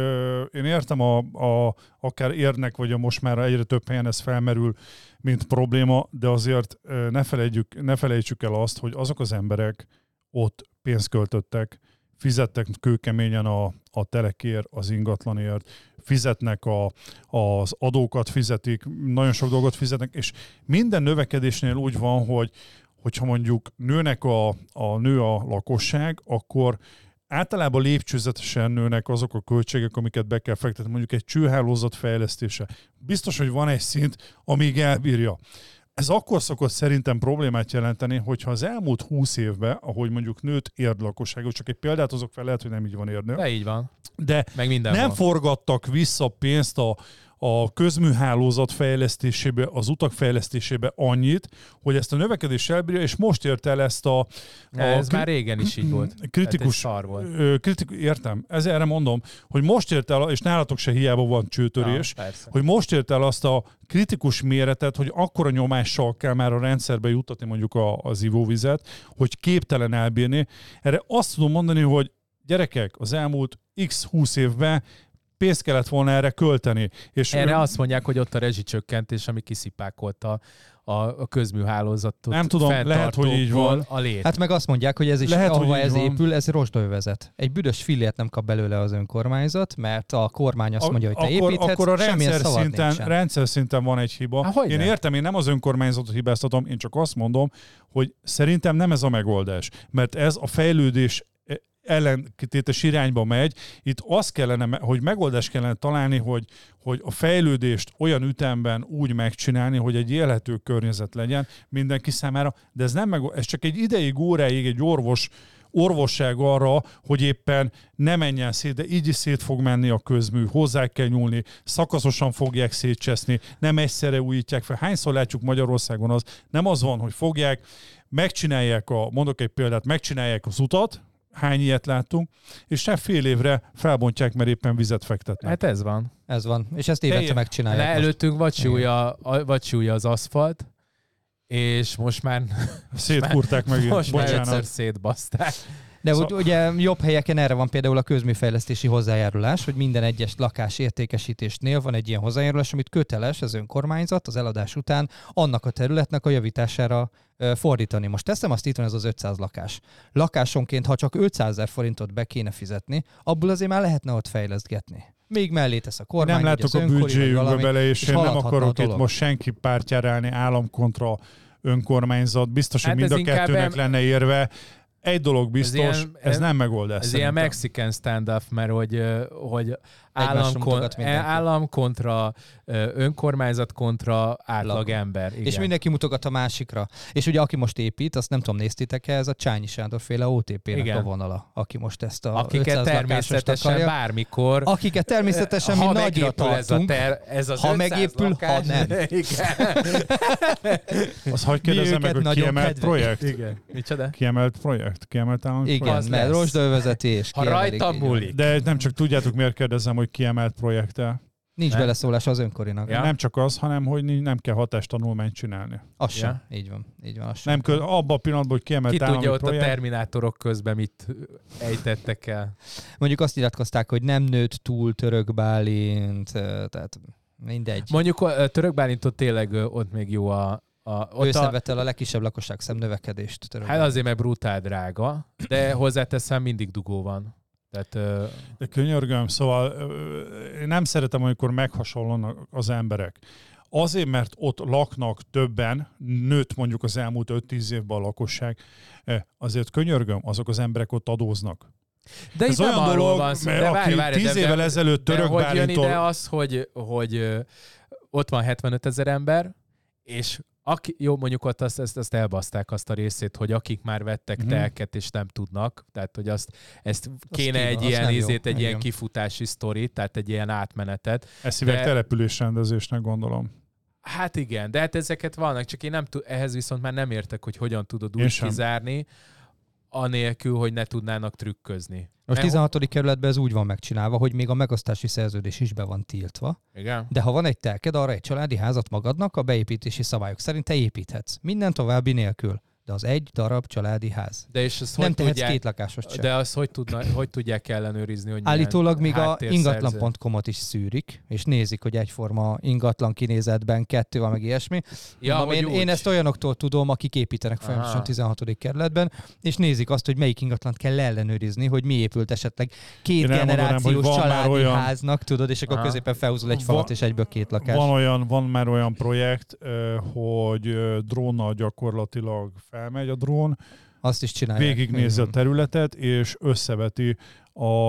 én értem, a, a, akár érnek, vagy a most már egyre több helyen ez felmerül, mint probléma, de azért ne felejtjük, ne felejtsük el azt, hogy azok az emberek ott pénzt költöttek, fizettek kőkeményen a, a telekért, az ingatlanért, fizetnek a, az adókat, fizetik, nagyon sok dolgot fizetnek, és minden növekedésnél úgy van, hogy hogyha mondjuk nőnek a, a nő a lakosság, akkor általában lépcsőzetesen nőnek azok a költségek, amiket be kell fektetni, mondjuk egy csőhálózat fejlesztése. Biztos, hogy van egy szint, amíg elbírja. Ez akkor szokott szerintem problémát jelenteni, hogyha az elmúlt húsz évben, ahogy mondjuk nőtt érd lakossága, csak egy példát hozok fel, lehet, hogy nem így van Érdnél. De így van. De meg minden nem van. Forgattak vissza pénzt a a közműhálózat fejlesztésébe, az utak fejlesztésébe annyit, hogy ezt a növekedés elbírja, és most ért el ezt a... a ez kri- már régen is így volt. Kritikus, szar volt. Kritikus, értem, ez erre mondom, hogy most ért el, és nálatok se hiába van csőtörés, ja, hogy most ért el azt a kritikus méretet, hogy akkora nyomással kell már a rendszerbe juttatni mondjuk a, az ivóvizet, hogy képtelen elbírni. Erre azt tudom mondani, hogy gyerekek, az elmúlt x húsz évben pénzt kellett volna erre költeni. És erre ő... azt mondják, hogy ott a rezsicsökkentés, ami kiszipákolta a, a közműhálózatot. Nem tudom, lehet, hogy így van. A lét. Hát meg azt mondják, hogy ez is, lehet, ahova ez van. épül, ez rozsdaövezet. Egy büdös fillért nem kap belőle az önkormányzat, mert a kormány azt mondja, hogy te akkor, építhetsz, akkor a semmilyen rendszer szavad szinten, nincsen. rendszer szinten van egy hiba. Há, én nem? értem, én nem az önkormányzatot hibáztatom, én csak azt mondom, hogy szerintem nem ez a megoldás. Mert ez a fejlődés ellentétes irányba megy. Itt az kellene, hogy megoldást kellene találni, hogy, hogy a fejlődést olyan ütemben úgy megcsinálni, hogy egy élhető környezet legyen mindenki számára, de ez nem meg, ez csak egy ideig, óráig egy orvos orvosság arra, hogy éppen ne menjen szét, de így is szét fog menni a közmű, hozzá kell nyúlni, szakaszosan fogják szétcseszni, nem egyszerre újítják fel. Hányszor látjuk Magyarországon az, nem az van, hogy fogják, megcsinálják a, mondok egy példát, megcsinálják az utat, hány ilyet láttunk, és nem fél évre felbontják, mert éppen vizet fektetnek. Hát ez van. Ez van, és ezt évente Te- megcsinálják. Le, most. előttünk vacsúlya, vacsúlya az aszfalt, és most már, Szétkurták megint. most már egyszer Bocsánat. szétbaszták. De Szóval- úgy, ugye jobb helyeken erre van például a közműfejlesztési hozzájárulás, hogy minden egyes lakás értékesítésnél van egy ilyen hozzájárulás, amit köteles az önkormányzat az eladás után annak a területnek a javítására ö, fordítani. Most teszem azt, itt van ez az ötszáz lakás. Lakásonként, ha csak ötszázezer forintot be kéne fizetni, abból azért már lehetne ott fejlesztgetni. Még mellé tesz a kormány, Nem vagy látok az a önkori, vagy büdzséjükbe valami, bele, és, és én nem haladhatna a akarok itt dolog. most senki pártjára állni, állam kontra önkormányzat. Biztos, Hát hogy mind ez a inkább kettőnek em- lenne érve. Egy dolog biztos, ez, ilyen- ez nem megoldás. Ez szerintem. ilyen Mexican stand-up, mert hogy, ö, hogy állam, Egymásra kon, mutogat mindenki. állam kontra ö, önkormányzat kontra átlag ember. Igen. És mindenki mutogat a másikra. És ugye aki most épít, azt nem tudom, néztétek-e, ez a Csányi Sándor féle o té pének Igen. a vonala, aki most ezt a Akiket ötszáz lakásost természetesen akarja. bármikor, Akiket természetesen ha mi nagyra megépül ez a, tartunk. ter, ez az Ha ötszáz megépül, lakás, ha nem. Igen. Az hagyj Mi kérdezem meg, őket hogy nagyon kiemelt kedveljük. projekt? Igen. Micsoda? Kiemelt projekt? Kiemelt állami Igen, projekt? Az mert lesz. rozsdaövezetés. Ha kiemelik, rajta így van. múlik. De nem csak tudjátok, miért kérdezem, hogy kiemelt projekttel. Nincs Nem. beleszólás az önkorinak. Ja. Nem csak az, hanem hogy ni- nem kell hatástanulmányt csinálni. Az sem. Ja. Így van. Így van, az sem. Nem kell, abban a pillanatban, hogy kiemelt Ki állami tudja ott projekt. a terminátorok közben mit ejtettek el. Mondjuk azt nyilatkozták, hogy nem nőtt túl Török Bálint, ö, tehát mindegy. Mondjuk a Török Bálintot tényleg ö, ott még jó a... a ott Ő a szenvedte el a legkisebb lakosság szemnövekedést. Török hát azért, mert brutál drága, de hozzáteszem, mindig dugó van. Tehát ö, De könyörgöm, szóval ö, én nem szeretem, amikor meghasonlónak az emberek. Azért, mert ott laknak többen, nőtt mondjuk az elmúlt öt-tíz évben a lakosság, eh, azért könyörgöm, azok az emberek ott adóznak. de Ez itt nem olyan arról dolog, van szó. mert De aki várj, várj, tíz de- évvel de- ezelőtt de Török hogy jön Bálintól... ide az, hogy, hogy ö, ott van hetvenöt ezer ember, és aki, jó, mondjuk ott azt, ezt, ezt elbaszták azt a részét, hogy akik már vettek Mhm. telket és nem tudnak, tehát hogy azt, ezt kéne ki- egy az ilyen nem jó. ízét, egy ilyen Igen. kifutási sztorit, tehát egy ilyen átmenetet. Ezt hívják de- településrendezésnek, gondolom. Hát igen, de hát ezeket vannak, csak én nem tud, ehhez viszont már nem értek, hogy hogyan tudod Én úgy sem. kizárni, anélkül, hogy ne tudnának trükközni. Most Mert- tizenhatodik kerületben ez úgy van megcsinálva, hogy még a megosztási szerződés is be van tiltva, Igen? de ha van egy telked, arra egy családi házat magadnak a beépítési szabályok szerint te építhetsz. Minden további nélkül. De az egy darab családi ház. De és ezt Nem hogy tehetsz tudják, két lakásost sem. de azt hogy, tudna, hogy tudják ellenőrizni, hogy milyen Állítólag még a háttérszerző? ingatlan pont com-ot is szűrik, és nézik, hogy egyforma ingatlan kinézetben kettő van, meg ilyesmi. Ja, Mondom, hogy én, úgy. én ezt olyanoktól tudom, akik építenek folyamatosan Aha. tizenhatodik kerületben, és nézik azt, hogy melyik ingatlant kell ellenőrizni, hogy mi épült esetleg két Én elmondanám, generációs hogy van már családi olyan- háznak, tudod, és akkor Aha. középen felhúzol egy Va- falat, és egyből két lakás. Van, olyan, van már olyan projekt, ö, hogy ö, drónnal gyakorlatilag felmegy a drón, Azt is csinálják. végignézi a Igen. területet, és összeveti a,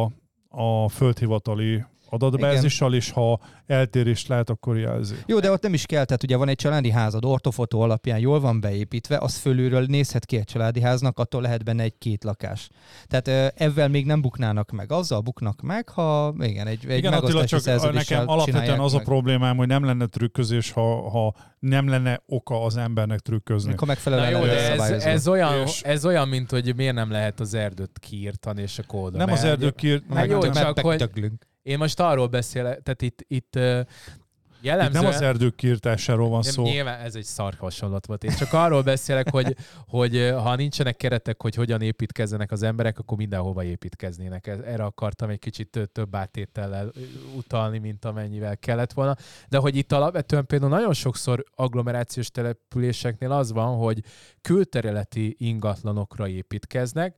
a földhivatali adatbázissal, és ha eltérést lát, akkor jelzi. Jó, de ott nem is kell, tehát ugye van egy családi házad, ortofotó alapján jól van beépítve, az fölülről nézhet ki egy családi háznak, attól lehet benne egy két lakás. Tehát ö, ezzel még nem buknának meg, azzal buknak meg, ha igen, egy, egy Igen, Attila, megosztási csak szerződéssel nekem alapvetően csinálják az a meg. problémám, hogy nem lenne trükközés, ha, ha nem lenne oka az embernek trükközni. Mikor megfelelően Na jó, elő de ez, szabályozva. ez, olyan, És- ez olyan, mint hogy miért nem lehet az erdőt kiírtani és akkor oda Nem az megy. erdők kiírt, Hát meg jó, nem- csak hogy- Megdöglünk. Én most arról beszélek, tehát itt, itt ö, Jellemzően... Itt nem az erdők kiirtásáról van nem, szó. Nyilván ez egy szar hasonlat volt. Én csak arról beszélek, hogy, hogy ha nincsenek keretek, hogy hogyan építkezzenek az emberek, akkor mindenhova építkeznének. Erre akartam egy kicsit több áttétellel utalni, mint amennyivel kellett volna. De hogy itt alapvetően például nagyon sokszor agglomerációs településeknél az van, hogy külterületi ingatlanokra építkeznek.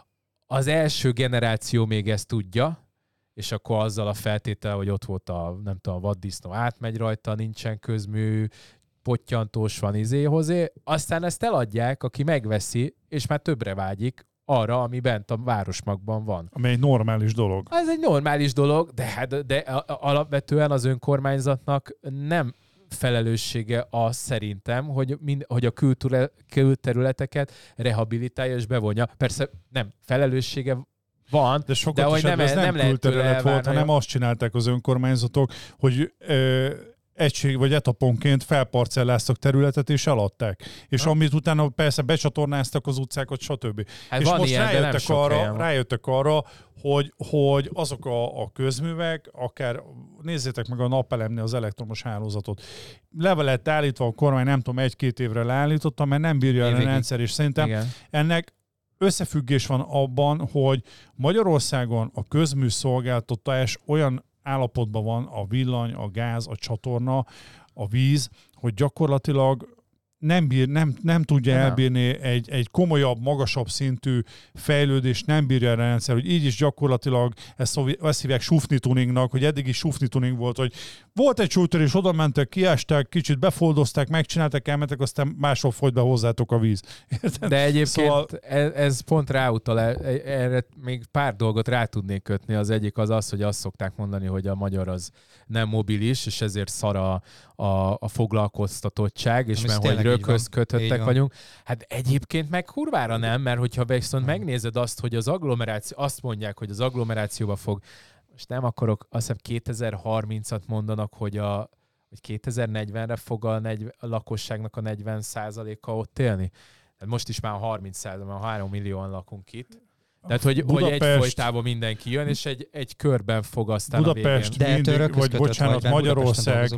Az első generáció még ezt tudja, és akkor azzal a feltétel, hogy ott volt a, nem tudom, a vaddisznó átmegy rajta, nincsen közmű, pottyantós van izéhozé, aztán ezt eladják, aki megveszi, és már többre vágyik arra, ami bent a városmagban van. Ami egy normális dolog. Ez egy normális dolog, de, hát, de alapvetően az önkormányzatnak nem felelőssége az szerintem, hogy, mind, hogy a külterületeket rehabilitálja és bevonja. Persze nem, felelőssége van, de sokat de hogy nem, ez nem, nem lehet külterület volt, hanem azt csinálták az önkormányzatok, hogy ö, egység vagy etaponként felparcelláztak területet és eladták. És ha. amit utána persze becsatornáztak az utcákat, stb. Hát és most ilyen, rájöttek, arra, rájöttek arra, hogy, hogy azok a, a közművek, akár nézzétek meg a napelemnél az elektromos hálózatot. Le lett állítva a kormány, nem tudom, egy-két évre leállította, mert nem bírja el a rendszer, és szerintem igen. ennek összefüggés van abban, hogy Magyarországon a közműszolgáltatás olyan állapotban van, a villany, a gáz, a csatorna, a víz, hogy gyakorlatilag nem, bír, nem, nem tudja nem. elbírni egy, egy komolyabb, magasabb szintű fejlődést, nem bírja a rendszer, hogy így is gyakorlatilag ezt, ezt hívják sufni tuningnak, hogy eddig is sufni tuning volt, hogy volt egy csúlytörés, oda mentek, kiásták, kicsit befoldozták, megcsinálták, elmentek, aztán máshol folyt be hozzátok a víz. Érted? De egyébként szóval... ez, ez pont ráutal, erre még pár dolgot rá tudnék kötni. Az egyik az az, hogy azt szokták mondani, hogy a magyar az nem mobilis, és ezért szar a, a, a foglalkoztatottság, és mert hogy röghöz kötöttek vagyunk. Hát egyébként meg kurvára nem, mert hogyha viszont megnézed azt, hogy az agglomeráció, azt mondják, hogy az agglomerációba fog, most nem akarok, azt hiszem kétezer-harmincat mondanak, hogy, a, hogy kétezer-negyvenre fog a, negyven, a lakosságnak a negyven százaléka ott élni. Hát most is már harminc százalék, már három millióan lakunk itt. Tehát, hogy, hogy egyfolytában mindenki jön, és egy, egy körben fog aztán Budapest a végén. mindig, vagy bocsánat, vagy Magyarország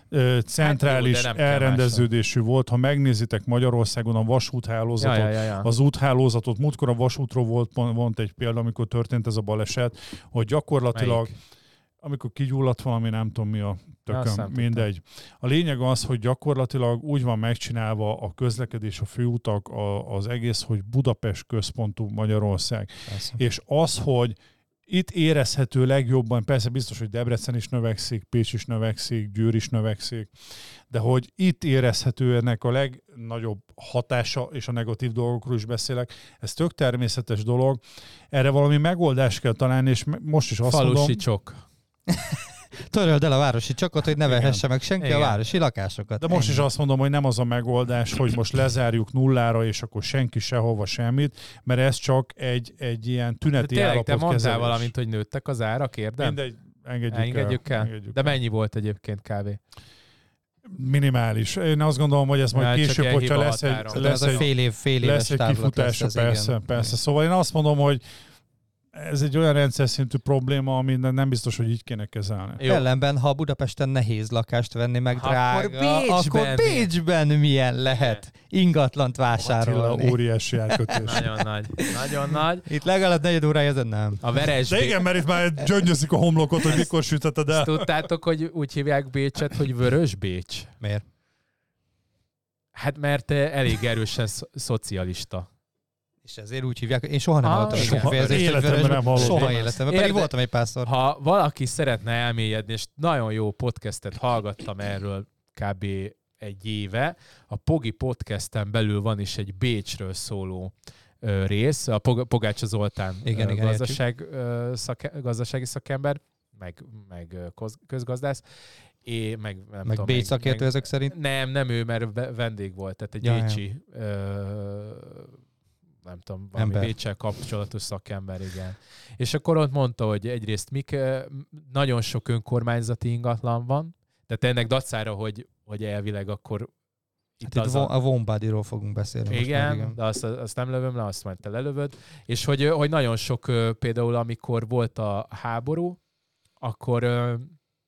centrális hát jó, elrendeződésű volt. Ha megnézitek Magyarországon a vasúthálózatot, ja, ja, ja, ja. az úthálózatot, múltkor a vasútról volt pont egy példa, amikor történt ez a baleset, hogy gyakorlatilag Melyik? amikor kigyulladt valami, nem tudom mi a tököm, mindegy. A lényeg az, hogy gyakorlatilag úgy van megcsinálva a közlekedés, a főutak, a, az egész, hogy Budapest központú Magyarország. Persze. És az, hogy itt érezhető legjobban, persze biztos, hogy Debrecen is növekszik, Pécs is növekszik, Győr is növekszik, de hogy itt érezhető ennek a legnagyobb hatása, és a negatív dolgokról is beszélek, ez tök természetes dolog. Erre valami megoldást kell találni, és most is azt Falusi mondom... Falusi csok. Töröld el a városi csokot, hogy ne vehesse meg senki Igen. a városi lakásokat. De most Ennyi. is azt mondom, hogy nem az a megoldás, hogy most lezárjuk nullára, és akkor senki sehova semmit, mert ez csak egy, egy ilyen tüneti állapot kezelés. Te mondtál valamint, hogy nőttek az árak, érdem? Mindegy, engedjük, engedjük el. el. Engedjük De mennyi volt egyébként kávé? Minimális. Én azt gondolom, hogy ez majd ja, később, hogyha lesz egy, lesz egy, fél év, fél lesz egy kifutása, lesz persze, igen. persze. Szóval én azt mondom, hogy ez egy olyan rendszer szintű probléma, ami nem biztos, hogy így kéne kezelni. Jó. Ellenben, ha Budapesten nehéz lakást venni, meg ha drága, akkor Bécsben, akkor Bécsben milyen lehet ingatlant vásárolni. Attila, óriási elkötés. Nagyon nagy. Nagyon nagy. Itt legalább negyed órája ezen nem. A veres De igen, mert itt már gyöngyözik a homlokot, hogy mikor sütötted el. Tudtátok, hogy úgy hívják Bécset, hogy Vörös Bécs? Miért? Hát mert elég erősen szocialista. És ezért úgy hívják, én soha nem ah, hallottam soha, kifejezést, életemben nem hallottam. Soha életemben, pedig voltam egy párszor. Ha valaki szeretne elmélyedni, és nagyon jó podcastet hallgattam erről kb. Egy éve, a Pogi podcasten belül van is egy Bécsről szóló ö, rész, a Pog- Pogácsa Zoltán igen, ö, igen, gazdaság, ö, szake- gazdasági szakember, meg, meg közgazdász, É, meg, nem meg tudom, Bécs szakértő ezek szerint? Nem, nem ő, mert vendég volt, tehát egy ja, bécsi ja. Ö, nem tudom, valami Ember. Béccsel kapcsolatos szakember, igen. És akkor ott mondta, hogy egyrészt mik, nagyon sok önkormányzati ingatlan van, tehát ennek dacára, hogy, hogy elvileg akkor itt hát az a... a Wombadiról fogunk beszélni. Igen, most igen. de azt, azt nem lövöm le, azt majd te lelövöd. És hogy, hogy nagyon sok, például amikor volt a háború, akkor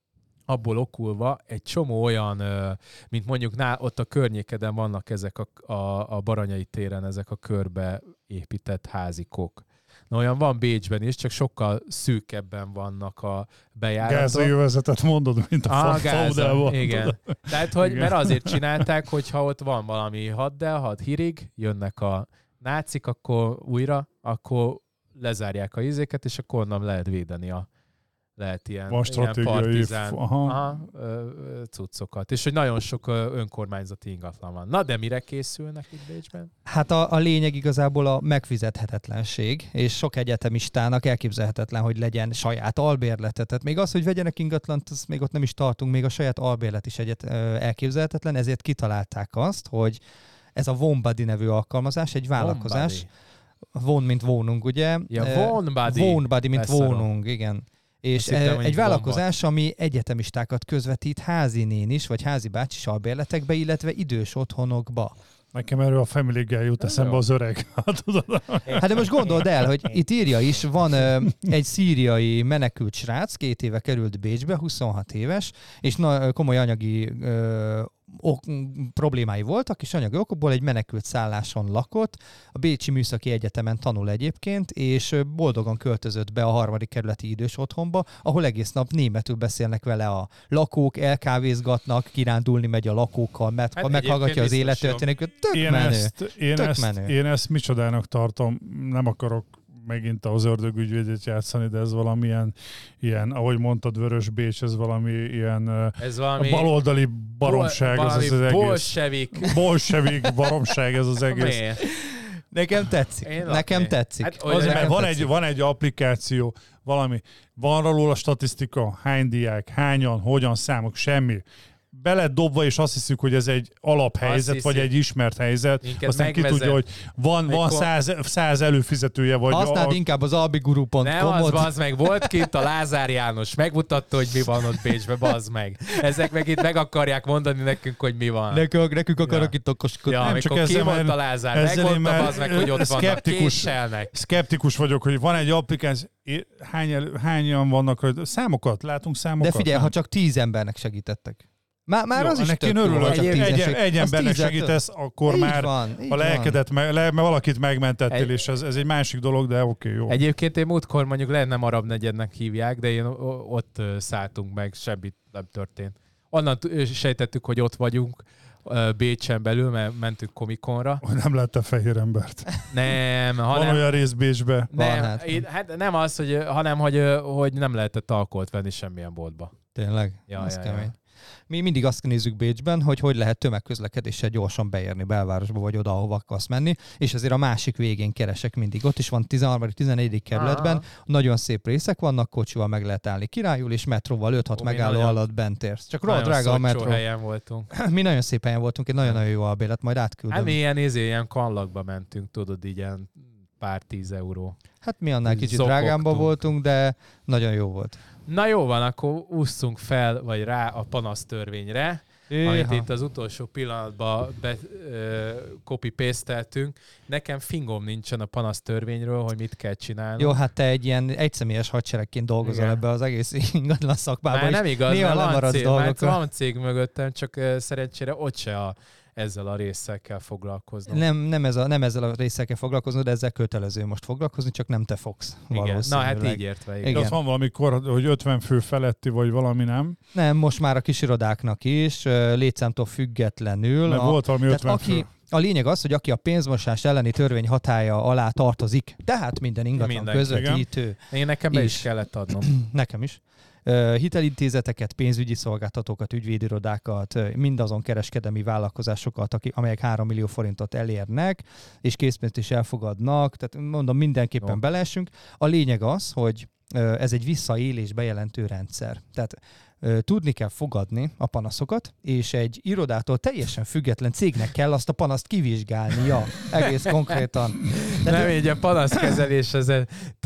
abból okulva egy csomó olyan, mint mondjuk ná, ott a környékeden vannak ezek a, a, a Baranyai téren, ezek a körbe épített házikok. Na, olyan van Bécsben is, csak sokkal szűkebben vannak a bejáratok. Gázövezetet mondod, mint a ah, Faudában. Igen. Tehát, hogy, igen. mert azért csinálták, hogyha ott van valami haddel, had hírig, jönnek a nácik, akkor újra, akkor lezárják a izéket, és akkor onnan lehet védeni a lehet ilyen, ilyen partizán aha. Aha, cuccokat. És hogy nagyon sok önkormányzati ingatlan van. Na, de mire készülnek itt Bécsben? Hát a, a lényeg igazából a megfizethetetlenség, és sok egyetemistának elképzelhetetlen, hogy legyen saját albérlete. Tehát még az, hogy vegyenek ingatlant, azt még ott nem is tartunk, még a saját albérlet is egyet, elképzelhetetlen, ezért kitalálták azt, hogy ez a OneBuddy nevű alkalmazás, egy vállalkozás. Von, mint vonunk, ugye? Ja, OneBuddy. OneBuddy, mint vonunk, igen. És hittem, egy vállalkozás, bomba. Ami egyetemistákat közvetít házi nénis, vagy házi bácsis albérletekbe, illetve idős otthonokba. Nekem erről a Family Guy jut eszembe az öreg. Hát de most gondold el, hogy itt írja is, van ö, egy szíriai menekült srác, két éve került Bécsbe, huszonhat éves, és na, komoly anyagi ö, ok, problémái voltak, és anyagi okokból egy menekült szálláson lakott. A Bécsi Műszaki Egyetemen tanul egyébként, és boldogan költözött be a harmadik kerületi idős otthonba, ahol egész nap németül beszélnek vele a lakók, elkávézgatnak, kirándulni megy a lakókkal, mert hát meghallgatja az élettörténeteket. Tök én menő. Ezt, én, Tök ezt, menő. én ezt micsodának tartom, nem akarok megint az ördögügyvédét játszani, de ez valamilyen, ilyen, ahogy mondtad, Vörös Bécs, ez valami ilyen ez valami baloldali baromság. Bol, ez az egész. Bolsevik. Bolsevik baromság ez az egész. Miért? Nekem tetszik. Én Nekem lakni. tetszik. Hát, Azért, mert van tetszik. egy, van egy applikáció, valami, van róla statisztika, hány diák, hányan, hogyan számok, semmi. Be lett dobva, és azt hiszük, hogy ez egy alaphelyzet, vagy egy ismert helyzet. Minket aztán megvezet. ki tudja, hogy van, van száz, száz előfizetője, vagy... Használd a... inkább az albiguru pont nem, com-ot. az bazd meg, volt kint a Lázár János, megmutatta, hogy mi van ott Bécsben, bazd meg. Ezek meg itt meg akarják mondani nekünk, hogy mi van. Nekünk, nekünk akarok ja. itt okoskodni. Ja, nem, amikor csak ki volt a Lázár, megmondta, bazd meg, hogy ott vannak, késelnek. Szkeptikus vagyok, hogy van egy applikáció, hány elő, hányan vannak, hogy számokat, látunk számokat? De figyelj, nem? ha csak tíz embernek segítettek. Már, már jó, az is tök én jó, örülök, hogy egy, egy, egy, egy embernek segítesz, akkor így már van, a lelkedet, me, le, mert valakit megmentettél, egy, és ez, ez egy másik dolog, de oké, okay, jó. Egyébként én múltkor mondjuk lehet nem arab negyednek hívják, de én ott szálltunk meg, semmit nem történt. Onnan sejtettük, hogy ott vagyunk Bécsen belül, mert mentünk Comic-Conra. Nem láttam fehér embert. Nem, hanem... Van olyan rész Bécsbe. Nem, hát. Én, hát nem az, hogy, hanem hogy, hogy nem lehetett alkoholt venni semmilyen boltba. Tényleg? Ja, ez ja, kemény. ja. Mi mindig azt nézzük Bécsben, hogy hogy lehet tömegközlekedéssel gyorsan beérni belvárosba, vagy oda, ahova akarsz menni, és azért a másik végén keresek mindig. Ott is van tizenharmadik tizenegyedik kerületben, aha. Nagyon szép részek vannak, kocsival meg lehet állni Királyul, és metróval öt-hat megálló nagyon, alatt bent érsz. Csak rohadt drága a metró. helyen voltunk. Mi nagyon szép helyen voltunk, egy nagyon-nagyon jó albérlet, majd átküldöm. Hát mi ilyen, izé, ilyen kanlakba mentünk, tudod, így ilyen pár tíz euró. Hát mi annál kicsit drágámba voltunk, de nagyon jó volt. Na jó van, akkor ússzunk fel, vagy rá a panasztörvényre, Éha. Amit itt az utolsó pillanatban be, ö, copy-pasteltünk. Nekem fingom nincsen a panasztörvényről, hogy mit kell csinálni. Jó, hát te egy ilyen egyszemélyes hadseregként dolgozol igen. ebbe az egész ingatlan szakmába. Már nem igaz, mert van cég, mert van cég mögöttem, csak uh, szerencsére ott se a ezzel a résszel kell foglalkozni. Nem, nem, ez a, nem ezzel a résszel kell foglalkozni, de ezzel kötelező most foglalkozni, csak nem te fogsz. Igen. Na hát így értve. Igen. De az van valamikor, hogy ötven fő feletti, vagy valami nem? Nem, most már a kisirodáknak is, létszámtól függetlenül. Mert a, volt valami ötven aki, fő. A lényeg az, hogy aki a pénzmosás elleni törvény hatálya alá tartozik, tehát minden ingatlan közvetítő. Én nekem be is, is kellett adnom. Nekem is. Hitelintézeteket, pénzügyi szolgáltatókat, ügyvédirodákat, mindazon kereskedelmi vállalkozásokat, amelyek három millió forintot elérnek, és készpénzt is elfogadnak, tehát mondom, mindenképpen Jó. beleesünk. A lényeg az, hogy ez egy visszaélés bejelentő rendszer. Tehát tudni kell fogadni a panaszokat, és egy irodától teljesen független cégnek kell azt a panaszt kivizsgálnia, egész konkrétan. De nem így a panaszkezelés, ezen, tudod,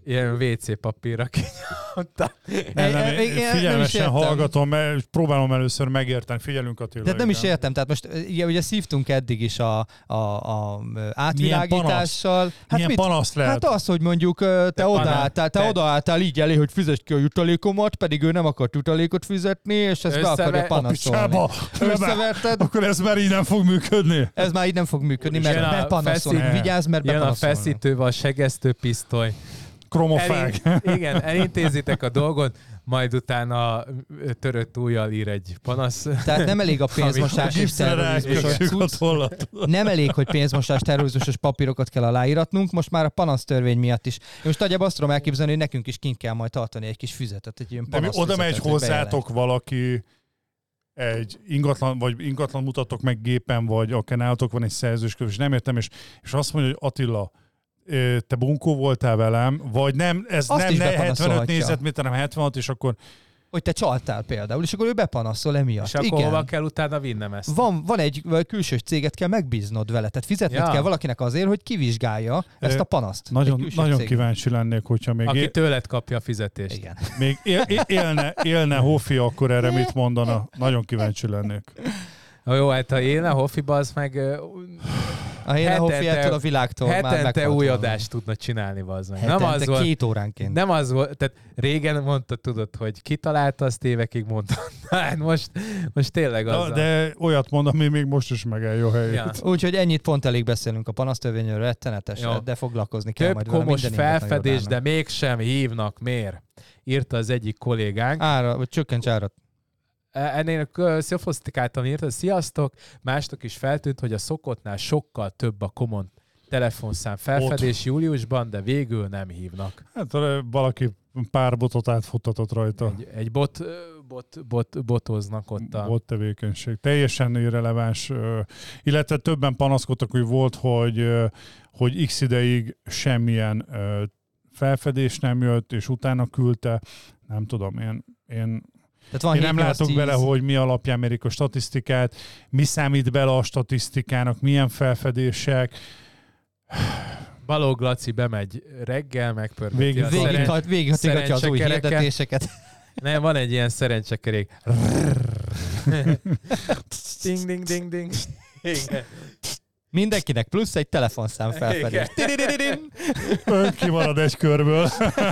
ilyen vé cé papírra kinyomta. Nem, nem, Én- én- én nem is figyelmesen értem. hallgatom, mert próbálom először megérteni. Figyelünk Attila. Tehát nem is igen. értem, tehát most ugye, ugye szívtunk eddig is a, a, a átvilágítással. Milyen panaszt lehet? Hát az, hogy mondjuk ö, te pana- odaálltál, te te- odaálltál így elé, hogy fizesd ki a jutalékomat, pedig ő nem akart jutalékot fizetni, és ezt be Összeve- akarja a panaszolni. Picsába! Összeverted, Akkor ez már így nem fog működni. ez már így nem fog működni, Jön mert a bepanaszolni. feszít- Vigyázz, mert Jön a bepanaszolnak. feszítővel, a segesztő pisztoly. Kromofág. Elin, igen, elintézitek a dolgot, majd utána törött ujjal ír egy panasz. Tehát nem elég a pénzmosás és Gipszre terrorizmusos rákössük a cucc, tollat. nem elég, hogy pénzmosás, terrorizmusos papírokat kell aláíratnunk, most már a panasztörvény miatt is. Én most nagyjából azt tudom elképzelni, hogy nekünk is kint kell majd tartani egy kis füzetet, egy ilyen De mi panaszfüzetet, oda megy hogy hozzátok valaki, egy ingatlan, vagy ingatlan mutatok meg gépen, vagy akár nálatok van egy szerzőskönyv, és nem értem, és, és azt mondja, hogy Attila, ö, te bunkó voltál velem, vagy nem, ez Azt nem is ne hetvenöt bepanaszolhatja. négyzetméter, hanem hetvenhat, és akkor hogy te csaltál például, és akkor ő bepanaszol emiatt. És akkor Igen. hova kell utána vinnem ezt? Van, van egy vagy külsős céget kell megbíznod vele, tehát fizetned Ja. kell valakinek azért, hogy kivizsgálja ezt a panaszt. Egy nagyon, külső nagyon cég. kíváncsi lennék, hogyha még, Aki é, tőled kapja a fizetést. Igen. még él, él, élne, élne Hofi, akkor erre mit mondana? Nagyon kíváncsi lennék. Na jó, hát ha élne Hoffiba, az meg ö, A Héna Hetente- Hoffi ettől a világtól már hetente meghalt új volna. adást tudna csinálni, bazd meg. Hetente Nem az volt, két óránként. nem az volt, tehát régen mondta, tudod, hogy kitalálta, azt évekig mondta. Hát most, most tényleg az. Na, de olyat mond, ami még most is megállja a helyét. Ja. Úgyhogy ennyit pont elég beszélünk a panasztörvényről, rettenetes, Jó. de foglalkozni kell Több majd vele komos minden ingatlan felfedés, de irodának. mégsem hívnak. Miért? Írta az egyik kollégánk. Ára, vagy csökkents árat. Ennél szofisztikáltan írta, sziasztok, mástok is feltűnt, hogy a szokottnál sokkal több a common telefonszám felfedés júliusban, de végül nem hívnak. Hát valaki pár botot átfuttatott rajta. Egy, egy bot, bot, bot, botoznak ott a... Volt tevékenység. Teljesen irreleváns, ö, illetve többen panaszkodtak, hogy volt, hogy, ö, hogy x ideig semmilyen ö, felfedés nem jött, és utána küldte. Nem tudom, én, én, Tehát van én nem hét nyolc látok tíz bele, hogy mi alapján mérik a statisztikát, mi számít bele a statisztikának, milyen felfedések. Balogh Laci bemegy reggel, megpörgeti Végig- a Végig, szeren... hat, végig hatigatja az új szerencsekereket. hirdetéseket. Nem, van egy ilyen szerencsekerék. ding, ding, ding, ding. Igen. Mindenkinek plusz egy telefonszám felfedés. Tididididin. Ön kimarad egy körből.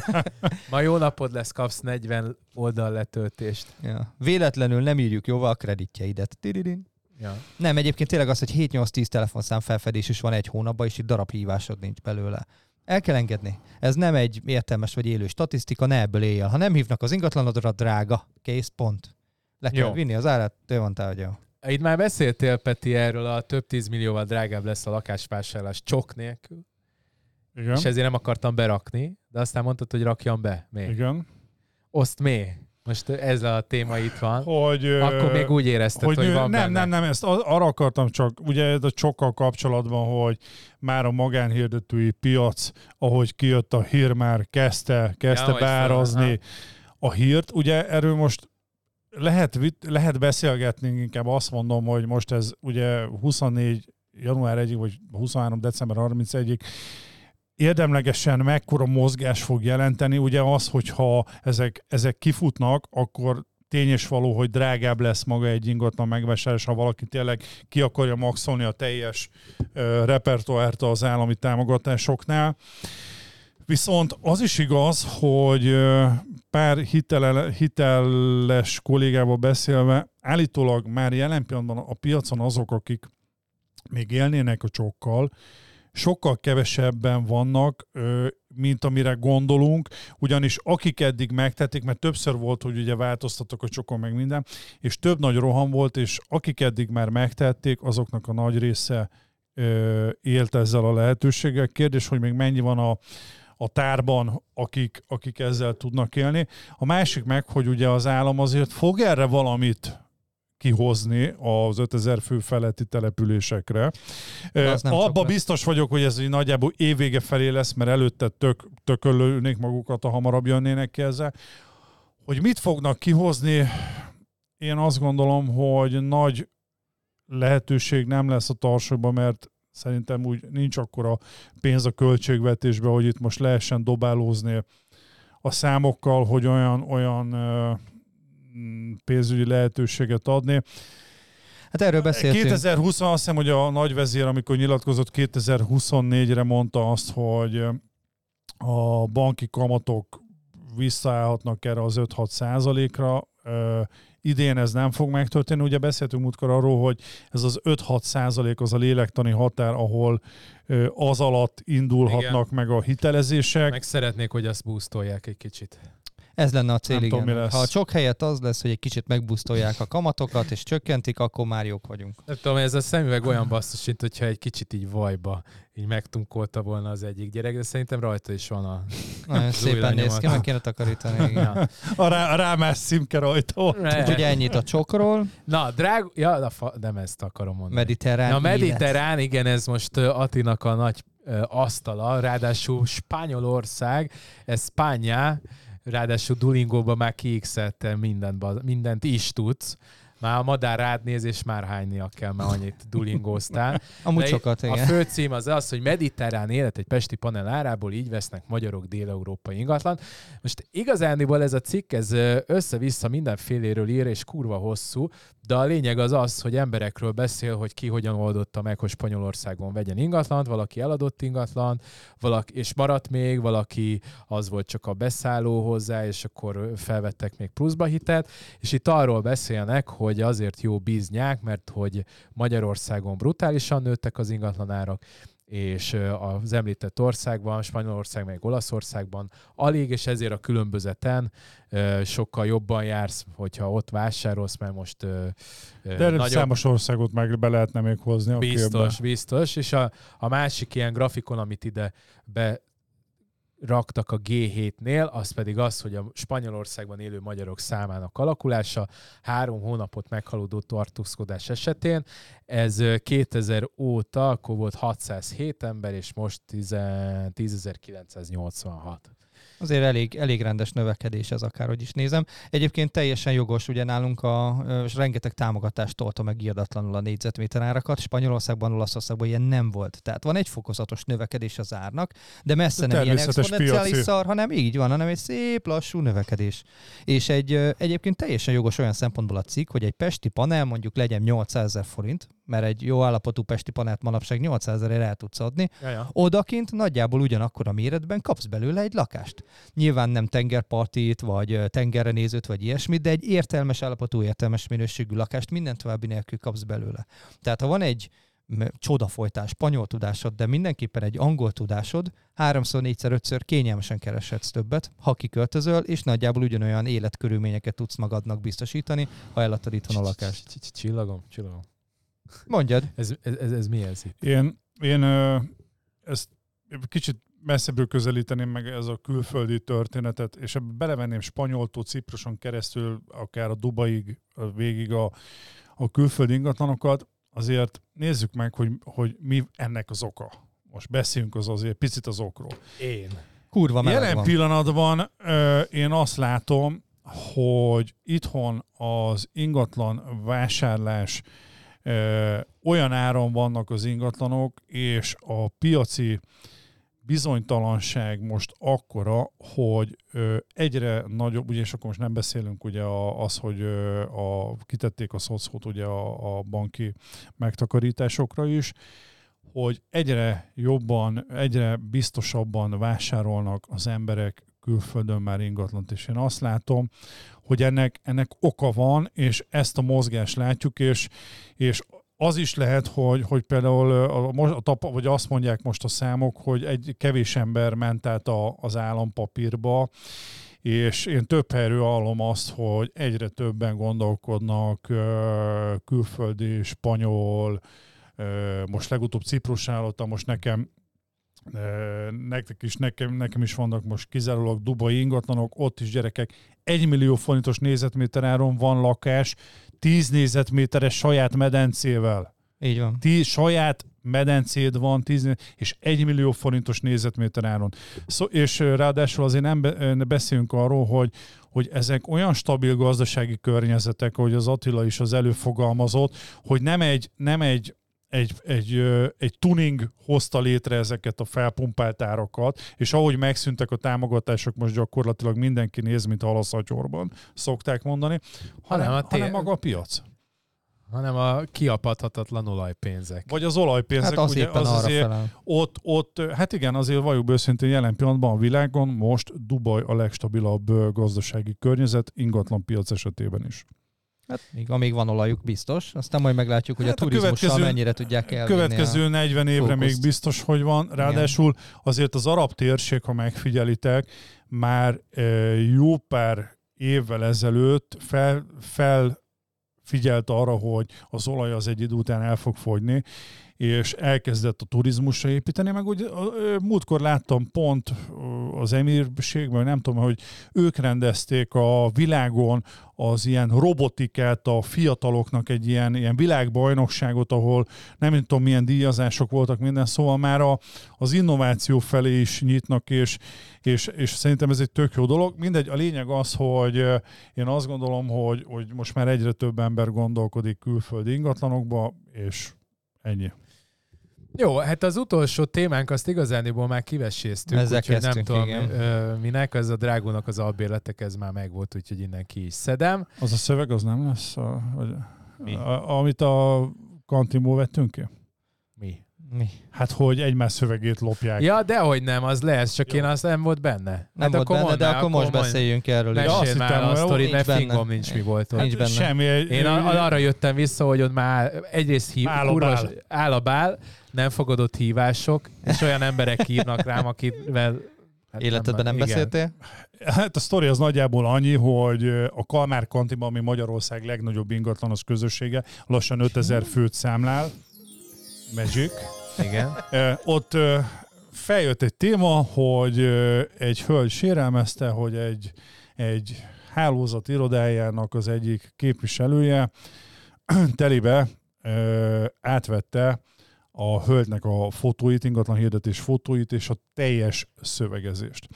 Ma jó napod lesz, kapsz negyven oldal letöltést. Ja. Véletlenül nem írjuk jóval a kreditjeidet. Tididin. Ja. Nem, egyébként tényleg az, hogy hét nyolc tíz telefonszám felfedés is van egy hónapban, és itt darab hívásod nincs belőle. El kell engedni. Ez nem egy értelmes vagy élő statisztika, ne ebből éljél. Ha nem hívnak az ingatlanodra, drága. Kész, pont. Le kell Jó. vinni az árát, te van tárgya. Itt már beszéltél, Peti, erről a több tízmillióval drágább lesz a lakásvásárlás csok nélkül, Igen. és ezért nem akartam berakni, de aztán mondtad, hogy rakjam be. Még. Igen. Oszt még. Most ez a téma itt van. Hogy, Akkor még úgy érezted, hogy, hogy, hogy van nem, benne. nem, nem, ezt ar- arra akartam csak, ugye ez a csokkal kapcsolatban, hogy már a magánhirdetői piac, ahogy kijött a hír, már kezdte, kezdte Ja, hogy beárazni fel, a hírt. Ugye erről most lehet, vit- lehet beszélgetni, inkább azt mondom, hogy most ez ugye huszonnégy január elseje vagy huszonhárom december harmincegyedikéig érdemlegesen mekkora mozgás fog jelenteni. Ugye az, hogyha ezek, ezek kifutnak, akkor tény és való, hogy drágább lesz maga egy ingatlan megvásárlás, ha valaki tényleg ki akarja maxolni a teljes ö, repertoárt az állami támogatásoknál. Viszont az is igaz, hogy ö, pár hitele, hiteles kollégával beszélve, állítólag már jelen pillanatban a piacon azok, akik még élnének a csokkal, sokkal kevesebben vannak, mint amire gondolunk, ugyanis akik eddig megtették, mert többször volt, hogy ugye változtattak a csokon meg minden, és több nagy roham volt, és akik eddig már megtették, azoknak a nagy része élt ezzel a lehetőséggel. Kérdés, hogy még mennyi van a, a tárban, akik, akik ezzel tudnak élni. A másik meg, hogy ugye az állam azért fog erre valamit kihozni az ötezer fő feletti településekre. Abba biztos vagyok, hogy ez nagyjából évvége felé lesz, mert előtte tök, tökölőnék magukat, ha hamarabb jönnének ki ezzel. Hogy mit fognak kihozni, én azt gondolom, hogy nagy lehetőség nem lesz a tartsóban, mert szerintem úgy nincs akkora pénz a költségvetésben, hogy itt most lehessen dobálózni a számokkal, hogy olyan, olyan pénzügyi lehetőséget adni. Hát erről beszéltünk. kétezer-húsz, azt hiszem, hogy a nagyvezér, amikor nyilatkozott kétezer-huszonnégyre mondta azt, hogy a banki kamatok visszaállhatnak erre az öt-hat százalékra. Idén ez nem fog megtörténni. Ugye beszéltünk múltkor arról, hogy ez az öt-hat százalék az a lélektani határ, ahol az alatt indulhatnak igen. meg a hitelezések. Meg szeretnék, hogy azt boostolják egy kicsit. Ez lenne a cél, igen. Tudom, ha a csok helyett az lesz, hogy egy kicsit megbusztolják a kamatokat, és csökkentik, akkor már jók vagyunk. Nem tudom, ez a szemüveg olyan basszus, mint hogyha egy kicsit így vajba így megtunkolta volna az egyik gyerek, de szerintem rajta is van a... Nagyon szépen néz ki, meg kéne takarítani. Ja. A rá, rámás címke rajta ott. Ugye ennyit a csokról. Na, drág... Ja, de fa... nem ezt akarom mondani. Mediterrán Na, mediterrán, élet. Igen, ez most Attinak a nagy asztala, ráadásul Spanyolország, ez Spánya, ráadásul Duolingóban már kiixeltem mindent, mindent is tudsz. Már a madár rád néz, és már hánynia kell, már annyit duolingóztál. Amúgy sokat, igen. A főcím az az, hogy mediterrán élet egy pesti panel árából, így vesznek magyarok dél-európai ingatlan. Most igazániból ez a cikk, ez össze-vissza mindenféléről ír, és kurva hosszú, de a lényeg az az, hogy emberekről beszél, hogy ki hogyan oldotta meg, hogy Spanyolországon vegyen ingatlant, valaki eladott ingatlant, valaki, és maradt még, valaki az volt csak a beszálló hozzá, és akkor felvettek még pluszba hitelt, és itt arról beszélnek, hogy azért jó bíznyák, mert hogy Magyarországon brutálisan nőttek az ingatlanárak, és az említett országban, Spanyolország meg Olaszországban alig, és ezért a különbözeten sokkal jobban jársz, hogyha ott vásárolsz, mert most de nagyobb... számos országot meg be lehetne még hozni. Biztos, biztos, és a, a másik ilyen grafikon, amit ide be raktak a gé hétnél, az pedig az, hogy a Spanyolországban élő magyarok számának alakulása három hónapot meghaladó tartózkodás esetén. Ez kétezer óta, akkor volt hatszázhét ember, és most tízezer-kilencszáznyolcvanhat. Azért elég, elég rendes növekedés ez, akárhogy is nézem. Egyébként teljesen jogos, ugye nálunk a, és rengeteg támogatást tolta meg irdatlanul a négyzetméter árakat. Spanyolországban, Olaszországban ilyen nem volt. Tehát van egy fokozatos növekedés az árnak, de messze nem ilyen exponenciális szar, hanem így van, hanem egy szép lassú növekedés. És egy egyébként teljesen jogos olyan szempontból a cikk, hogy egy pesti panel mondjuk legyen nyolcszázezer forint, mert egy jó állapotú pesti panelt manapság nyolcszázezerért el tudsz adni. Jaja. Odakint nagyjából ugyanakkor a méretben kapsz belőle egy lakást. Nyilván nem tengerpartit, vagy tengerre nézőt, vagy ilyesmit, de egy értelmes állapotú, értelmes minőségű lakást minden további nélkül kapsz belőle. Tehát ha van egy csodafolytás, spanyol tudásod, de mindenképpen egy angol tudásod, háromszor, négyszer, ötször kényelmesen kereshetsz többet, ha kiköltözöl, és nagyjából ugyanolyan életkörülményeket tudsz magadnak biztosítani, ha eladtad itthon a lakást. Csillagom, csillagom. Mondjad. Ez, ez, ez mi ez itt? Én, én ezt kicsit messzebbről közelíteném meg ez a külföldi történetet, és ebbe belevenném Spanyoltól Cipruson keresztül, akár a Dubaig, végig a, a külföldi ingatlanokat. Azért nézzük meg, hogy, hogy mi ennek az oka. Most beszéljünk az azért picit az okról. Én. Kurva meleg Jelen van. pillanatban ö, én azt látom, hogy itthon az ingatlan vásárlás ö, olyan áron vannak az ingatlanok, és a piaci bizonytalanság most akkora, hogy ö, egyre nagyobb, ugye, és akkor most nem beszélünk ugye a, az, hogy ö, a, kitették a szocót ugye a, a banki megtakarításokra is, hogy egyre jobban, egyre biztosabban vásárolnak az emberek külföldön már ingatlant, és én azt látom, hogy ennek, ennek oka van, és ezt a mozgást látjuk, és, és az is lehet, hogy, hogy például a, a, a, vagy azt mondják most a számok, hogy egy kevés ember ment át a, az állampapírba, és én több helyről hallom azt, hogy egyre többen gondolkodnak külföldi, spanyol, most legutóbb Ciprusnál hallottam, most nekem nektek is, nekem, nekem is vannak most kizárólag dubai ingatlanok, ott is gyerekek, egy millió forintos négyzetméter áron van lakás, tíz négyzetméteres saját medencével. Így van. Tíz saját medencéd van, tíz, és egy millió forintos négyzetméter áron. Szó, és ráadásul azért nem beszélünk arról, hogy, hogy ezek olyan stabil gazdasági környezetek, ahogy az Attila is az előfogalmazott, hogy nem egy, nem egy egy, egy, egy tuning hozta létre ezeket a felpumpált árakat, és ahogy megszűntek a támogatások, most gyakorlatilag mindenki néz, mint halaszatyorban, szokták mondani, hanem, hanem, a té- hanem maga a piac. Hanem a kiapadhatatlan olajpénzek. Vagy az olajpénzek, hát az ugye az azért ott, ott, hát igen, azért valljuk őszintén jelen pillanatban a világon most Dubaj a legstabilabb gazdasági környezet, ingatlan piac esetében is. Hát még, amíg van olajuk, biztos. Aztán majd meglátjuk, hogy hát a, a turizmussal mennyire tudják elvinni. Következő negyven évre fókuszt. Még biztos, hogy van. Ráadásul igen. Azért az arab térség, ha megfigyelitek, már e, jó pár évvel ezelőtt fel, fel figyelt arra, hogy az olaj az egy idő után el fog fogyni, és elkezdett a turizmusra építeni, meg úgy múltkor láttam pont az emírségben, nem tudom, hogy ők rendezték a világon az ilyen robotikát a fiataloknak egy ilyen, ilyen világbajnokságot, ahol nem tudom milyen díjazások voltak minden, szóval már a, az innováció felé is nyitnak, és, és, és szerintem ez egy tök jó dolog. Mindegy, a lényeg az, hogy én azt gondolom, hogy, hogy most már egyre több ember gondolkodik külföldi ingatlanokba, és ennyi. Jó, hát az utolsó témánk azt igazániból már kiveséztük, úgyhogy nem tudom igen. minek, ez a drágónak az albérletek, ez már megvolt, úgyhogy innen ki is szedem. Az a szöveg az nem lesz, a, vagy, a, amit a kantinból vettünk ki? Mi? Mi? Hát, hogy egymás szövegét lopják. Ja, dehogy nem, az lesz, csak jó. Én azt nem volt benne. Nem hát volt benne, mondná, de akkor most mondj, beszéljünk erről. Meséld már a sztorit, mert fingom nincs mi volt ott. Nincs benne. Semmi. Én arra jöttem vissza, hogy ott már egyrészt hív, áll a bál. Áll a bál, nem fogadott hívások, és olyan emberek hívnak rám, akivel... Hát életedben nem, nem beszéltél? Hát a sztori az nagyjából annyi, hogy a Kalmár kantinban, ami Magyarország legnagyobb ingatlanos közössége, lassan ötezer főt számlál. Magic. Igen. Ott feljött egy téma, hogy egy hölgy sérelmezte, hogy egy, egy hálózat irodájának az egyik képviselője telibe átvette a hölgynek a fotóit, ingatlan hirdetés fotóit és a teljes szövegezést.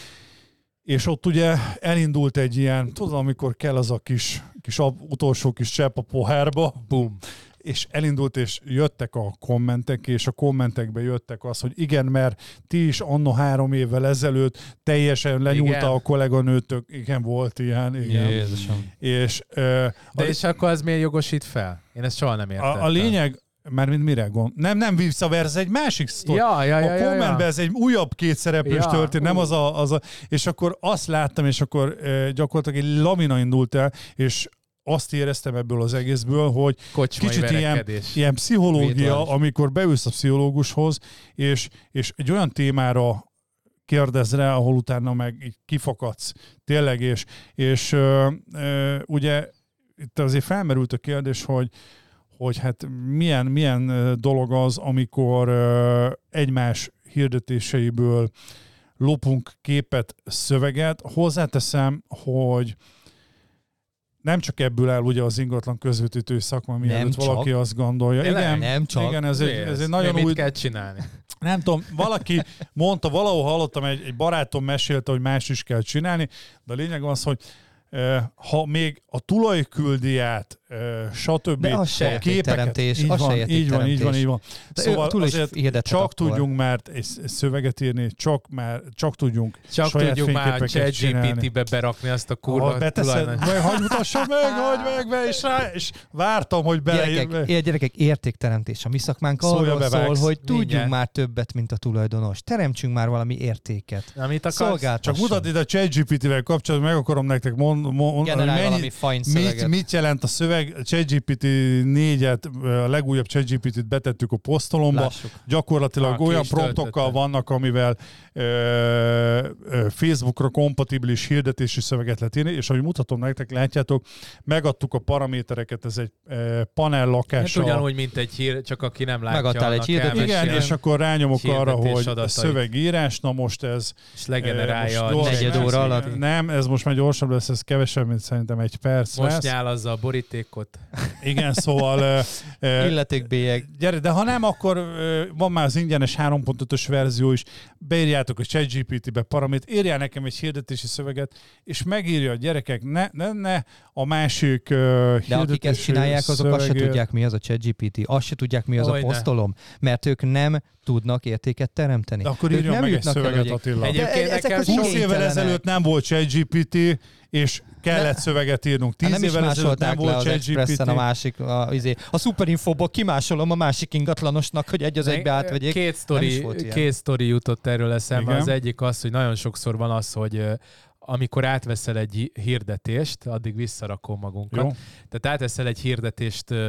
És ott ugye elindult egy ilyen, tudod, amikor kell az a kis, kis utolsó kis csepp a pohárba, bum, és elindult, és jöttek a kommentek, és a kommentekbe jöttek az, hogy igen, mert ti is anno három évvel ezelőtt teljesen lenyúlta igen. a kolléganőtök. Igen, volt ilyen. Igen. Jézusom. És, uh, De a, és akkor az miért jogosít fel? Én ezt soha nem értettem. A, a lényeg, már mint mire gond? Nem, nem visszaver, ez egy másik sztori. Ja, ja, ja, a kommentben ja. ez egy újabb kétszereplős ja, történet, nem az a, az a... És akkor azt láttam, és akkor uh, gyakorlatilag egy lamina indult el, és azt éreztem ebből az egészből, hogy kocsmai kicsit ilyen, ilyen pszichológia, Védvány. Amikor beülsz a pszichológushoz, és, és egy olyan témára kérdez rá, ahol utána meg így kifakadsz tényleg, és, és ö, ö, ugye itt azért felmerült a kérdés, hogy, hogy hát milyen, milyen dolog az, amikor ö, egymás hirdetéseiből lopunk képet, szöveget. Hozzáteszem, hogy nem csak ebből áll ugye az ingatlan közvetítő szakma, mielőtt valaki azt gondolja. Tényleg? Igen, nem csak. Igen, ez, egy, ez egy nagyon új... új... Mit kell csinálni? Nem tudom, valaki mondta, valahol hallottam, egy, egy barátom mesélte, hogy más is kell csinálni, de a lényeg az, hogy ha még a tulaj küldi át, stb. De az se értékteremtés. Így van, így van, így van, így van. Szóval azért csak akkor. tudjunk már egy szöveget írni, csak, már, csak tudjunk csak saját tudjuk már a ChatGPT-be berakni azt a kurva ha beteszed, meg, hagyd mutassa meg, hagyd meg, be, és, rá, és vártam, hogy bele... Gyerekek, gyerekek, értékteremtés. A mi szakmánk arról szól, hogy tudjunk már többet, mint a tulajdonos. Teremtsünk már valami értéket. Amit akarsz? Csak mutatni a ChatGPT-vel kapcsolatban, meg akarom nektek mondani, mit, mit jelent a szöveg. ChatGPT négyet, a legújabb ChatGPT-t betettük a posztolomba. Lássuk. Gyakorlatilag ah, olyan promptokkal vannak, amivel ö, ö, Facebookra kompatibilis hirdetési szöveget lehet írni, és ahogy mutatom nektek, látjátok, megadtuk a paramétereket, ez egy ö, panel lakása. Hát ugyanúgy, mint egy hír, csak aki nem látja. Megadtál egy hirdetés. Igen, és akkor rányomok arra, hogy adatai. Szövegírás, na most ez... És legenerálja a negyed óra alatt. Nem, ez most már gyorsabb lesz, ez kevesebb, mint szerintem egy perc most lesz. nyálazza a borítékot. Igen, szóval... Uh, Illetékbélyeg. Gyere, de ha nem, akkor uh, van már az ingyenes három pont ötös verzió is, beírjátok a ChatGPT-be paramit, írjál nekem egy hirdetési szöveget, és megírja a gyerekek, ne, ne, ne a másik uh, hirdetési De akik ezt csinálják, azok azt se tudják, mi az a ChatGPT, azt se tudják, mi az Olyan a posztolom, mert ők nem tudnak értéket teremteni. De akkor ők írjon nem meg egy jutnak el, szöveget, hogy- Attila. Egyébként ezek nekem az sok- húsz évvel igénytelenek. ezelőtt nem volt ChatGPT, és kellett szöveget írnunk. Hát tíz nem is évvel ezelőtt nem másolták le volt az ChatGPT. Expressen a másik, a, izé, a Superinfóból kimásolom a másik ingatlanosnak, hogy egy az egybe átvegyék. Két Nem is sztori, volt ilyen. két sztori jutott erről eszembe. Igen. Az egyik az, hogy nagyon sokszor van az, hogy ö, amikor átveszel egy hirdetést, addig visszarakom magunkat. Jó. Tehát átveszel egy hirdetést, ö,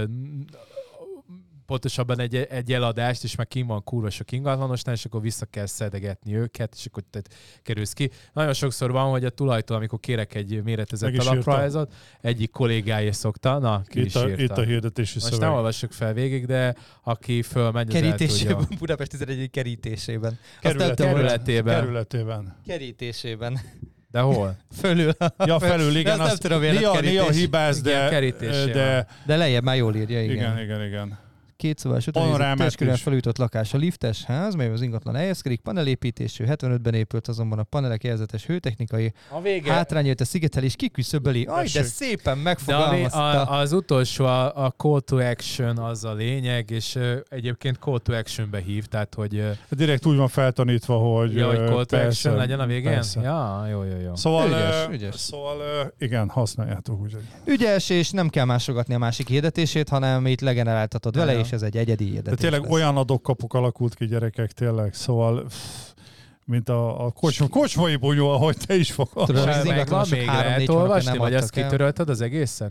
pontosabban egy, egy eladást, és már kim van kurva sok ingatlanosnál, és akkor vissza kell szedegetni őket, és akkor te kerülsz ki. Nagyon sokszor van, hogy a tulajtól, amikor kérek egy méretezett Meg is alaprajzot, egyik kollégája szokta, na, ki Itt is a, írta. itt a hirdetési Most szöveg. nem olvassuk fel végig, de aki fölmegy, az el Kerítésében, tudja. Budapest tizenegy kerítésében. Kerület- Azt nem tudom, hogy- Kerületében. Kerületében. Kerítésében. De hol? Fölül. Ja, felül, De igen. azt nem azt tudom, miért néha, kerítés. néha hibáz, Igen, de, kerítésében. de De lejjebb már jól írja, igen. igen, igen, igen. Két szobás Panorámát ötven körül is. felújított lakás a liftes ház, mely az ingatlan helyezkedik, panelépítésű, hetvenötben épült azonban a panelek jelzetes hőtechnikai A vége. hátrányért a szigetelés kiküszöböli. Aj, de Tessék. szépen De a, vé- megfogalmazta. a, az utolsó, a, a call to action az a lényeg, és ö, egyébként call to actionbe hív, tehát hogy, ö, Direkt úgy van feltanítva, hogy... ja, hogy ö, call to persze, action legyen a végén? persze. Ja, jó, jó, jó. Szóval, Ügyes, ö, ügyes. szóval ö, igen, használjátok úgy. Ügyes, és nem kell másogatni a másik hirdetését, hanem itt legeneráltatod vele, Ja. és ez egy egyedi De hirdetés tényleg lesz. olyan adok-kapok alakult ki, gyerekek, tényleg, szóval pff, mint a, a kocsma, kocsmai bunyó, ahogy te is fogod. Tudod, És az meg van ingatlanosok még, három-négy lehet hónapja olvasni, nem vagy azt adtak el. kitörölted az egészen?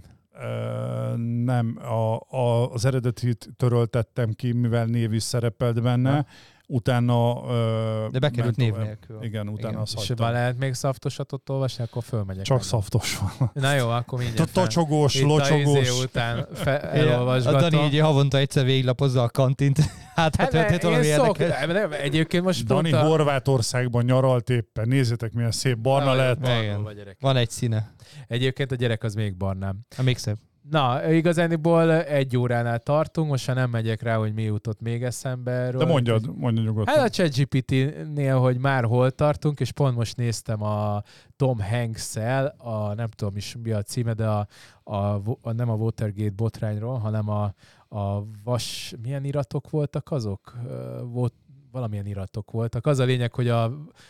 Ö, nem, a, a, az eredetit töröltettem ki, mivel név is szerepelt benne, Ha. utána... Ö, De bekerült ment név tovább. nélkül. Igen, utána Igen. azt És hagytam. van lehet még szaftosatot olvasni, akkor fölmegyek. Csak meg. szaftos van. Na jó, akkor mindjárt fel. Tocsogós, Itt a locsogós. izé után fe, A elolvasgatom. Dani így havonta egyszer végiglapozza a kantint. Hát, ha Hát, történt én valami szok, érdekes. nem, nem, egyébként most Dani pont a... Horvátországban nyaralt éppen. Nézzétek, milyen szép barna Na, lehet. barna Igen. vagy gyerek. Van egy színe. Egyébként a gyerek az még barnám. Ha még szebb. Na, igazániból egy óránál tartunk, most már nem megyek rá, hogy mi jutott még eszembe erről. De mondjad, mondjad nyugodtan. Hát a ChatGPT-nél, hogy már hol tartunk, és pont most néztem a Tom Hanks-el, a nem tudom is mi a címe, de a, a, a, nem a Watergate botrányról, hanem a, a vas... Milyen iratok voltak azok? Ö, Volt, valamilyen iratok voltak. Az a lényeg, hogy a,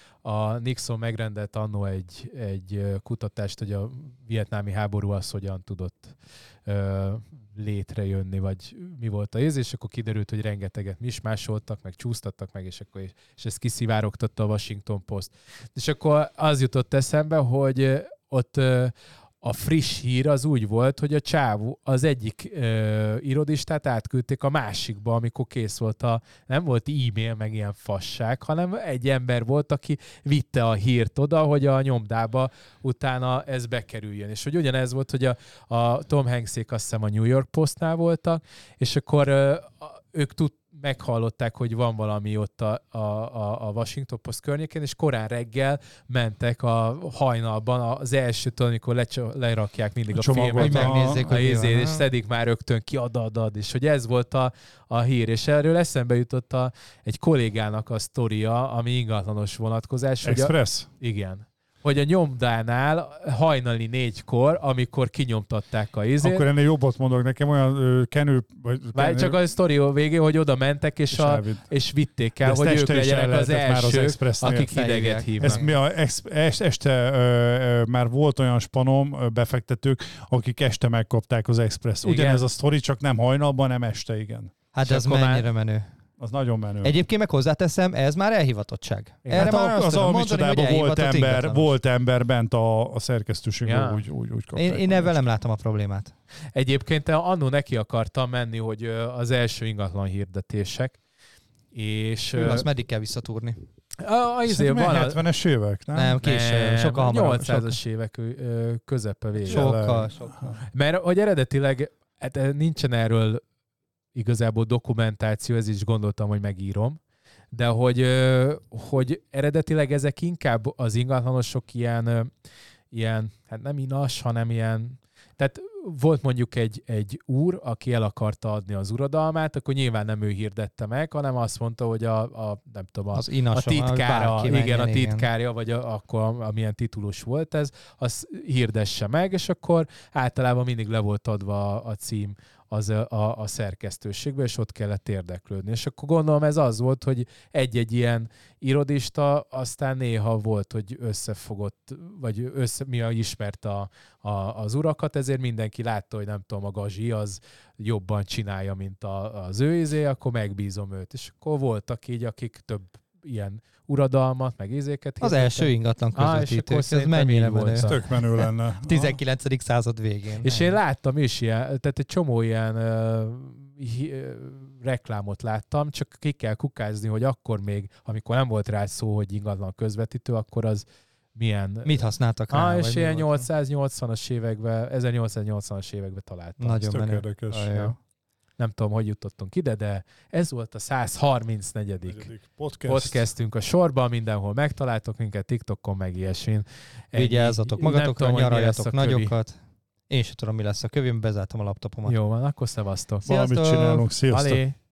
a Nixon megrendelt annó egy, egy ö, kutatást, hogy a vietnámi háború az hogyan tudott ö, létrejönni, vagy mi volt a ész, és akkor kiderült, hogy rengeteget mismásoltak, meg csúsztattak meg, és akkor és ezt kiszivárogtatta a Washington Post. És akkor az jutott eszembe, hogy ö, ott ö, a friss hír az úgy volt, hogy a csávó az egyik ö, irodistát átküldték a másikba, amikor kész volt a, nem volt e-mail, meg ilyen fasság, hanem egy ember volt, aki vitte a hírt oda, hogy a nyomdába utána ez bekerüljön. És hogy ugyanez volt, hogy a, a Tom Hanksék azt hiszem a New York Postnál voltak, és akkor ö, a, ők tud, meghallották, hogy van valami ott a, a, a Washington Post környékén, és korán reggel mentek a hajnalban az elsőtől, amikor lecso- lerakják mindig a, A csomagot, filmet, Hogy a- megnézzék, a hogy mi izé, van, és ha? szedik már rögtön ki, ad, ad, ad, és hogy ez volt a, a hír. És erről eszembe jutott a, egy kollégának a sztoria, ami ingatlanos vonatkozás. Hogy a, Express? igen. Hogy a nyomdánál hajnali négykor, amikor kinyomtatták a izét, Akkor ennél jobbat mondok, nekem olyan ö, kenő... Vagy Várj, kenő, csak a sztori végén, hogy oda mentek, és, és a, elvitt. és vitték el, De ezt hogy ők este is el legyenek az lehetett már az elsők, Expressnél. akik Felhívják. ideget hívnak. Ez mi a ex, est, este ö, ö, már volt olyan spanom, ö, befektetők, akik este megkapták az Express. Igen. Ugyanez a sztori, csak nem hajnalban, nem este, igen. Hát És ez akkor már- mennyire menő. Az nagyon menő. Egyébként meg hozzáteszem, ez már elhivatottság. Igen. Erre hát már a, azt az tudom a mondani, hogy micsodában volt elhivatott ember, ingatlanos. volt ember bent a, a szerkesztőségben, Ja. úgy, úgy, úgy kapták. Én, én ebben nem látom a problémát. Egyébként annó neki akartam menni, hogy ö, az első ingatlan hirdetések, és Ő, ö, azt meddig kell visszatúrni? a, a izé Szerintem van a, hetvenes évek, nem? Nem, később, sokkal hamarabb. nyolcszázas évek ö, közepe vége. Sokkal, sokkal. Mert hogy eredetileg hát ö, nincsen erről igazából dokumentáció, ez is gondoltam, hogy megírom, de hogy, ö, hogy eredetileg ezek inkább az ingatlanosok ilyen, ö, ilyen, hát nem inas, hanem ilyen, tehát volt mondjuk egy, egy úr, aki el akarta adni az uradalmát, akkor nyilván nem ő hirdette meg, hanem azt mondta, hogy a, a nem tudom, a, Az inasom, a titkára, bárki igen, menjen, a titkárja, vagy a, akkor amilyen titulus volt ez, az hirdesse meg, és akkor általában mindig le volt adva a, a cím az a, a, a szerkesztőségbe, és ott kellett érdeklődni. És akkor gondolom ez az volt, hogy egy-egy ilyen irodista aztán néha volt, hogy összefogott, vagy össze, mi a ismert a, a, az urakat, ezért mindenki látta, hogy nem tudom, a Gazsi az jobban csinálja, mint a, az ő izé, akkor megbízom őt. És akkor voltak így, akik több ilyen uradalmat, meg izéket. Az első ingatlan közvetítők, ez mennyire menő. Ez tök menő lenne. tizenkilencedik század végén. És én láttam is ilyen, tehát egy csomó ilyen uh, hi, uh, reklámot láttam, csak ki kell kukázni, hogy akkor még, amikor nem volt rá szó, hogy ingatlan közvetítő, akkor az milyen... Mit használtak rá? Ah, és ilyen nyolcszáznyolcvanas években, ezernyolcszáznyolcvanas években találtam. Nagyon tök menő. érdekes. Ja. Nem tudom, hogy jutottunk ide, de ez volt a száz harmincnegyedik podcast. podcastünk a sorban, mindenhol megtaláltok minket, TikTokon, meg ilyesmin. Vigyázzatok magatokra, tudom, nyaraljatok nagyokat. Én sem tudom, mi lesz a kövém, bezártam a laptopomat. Jó van, akkor szevasztok. Valamit csinálunk. Sziasztok! Alé.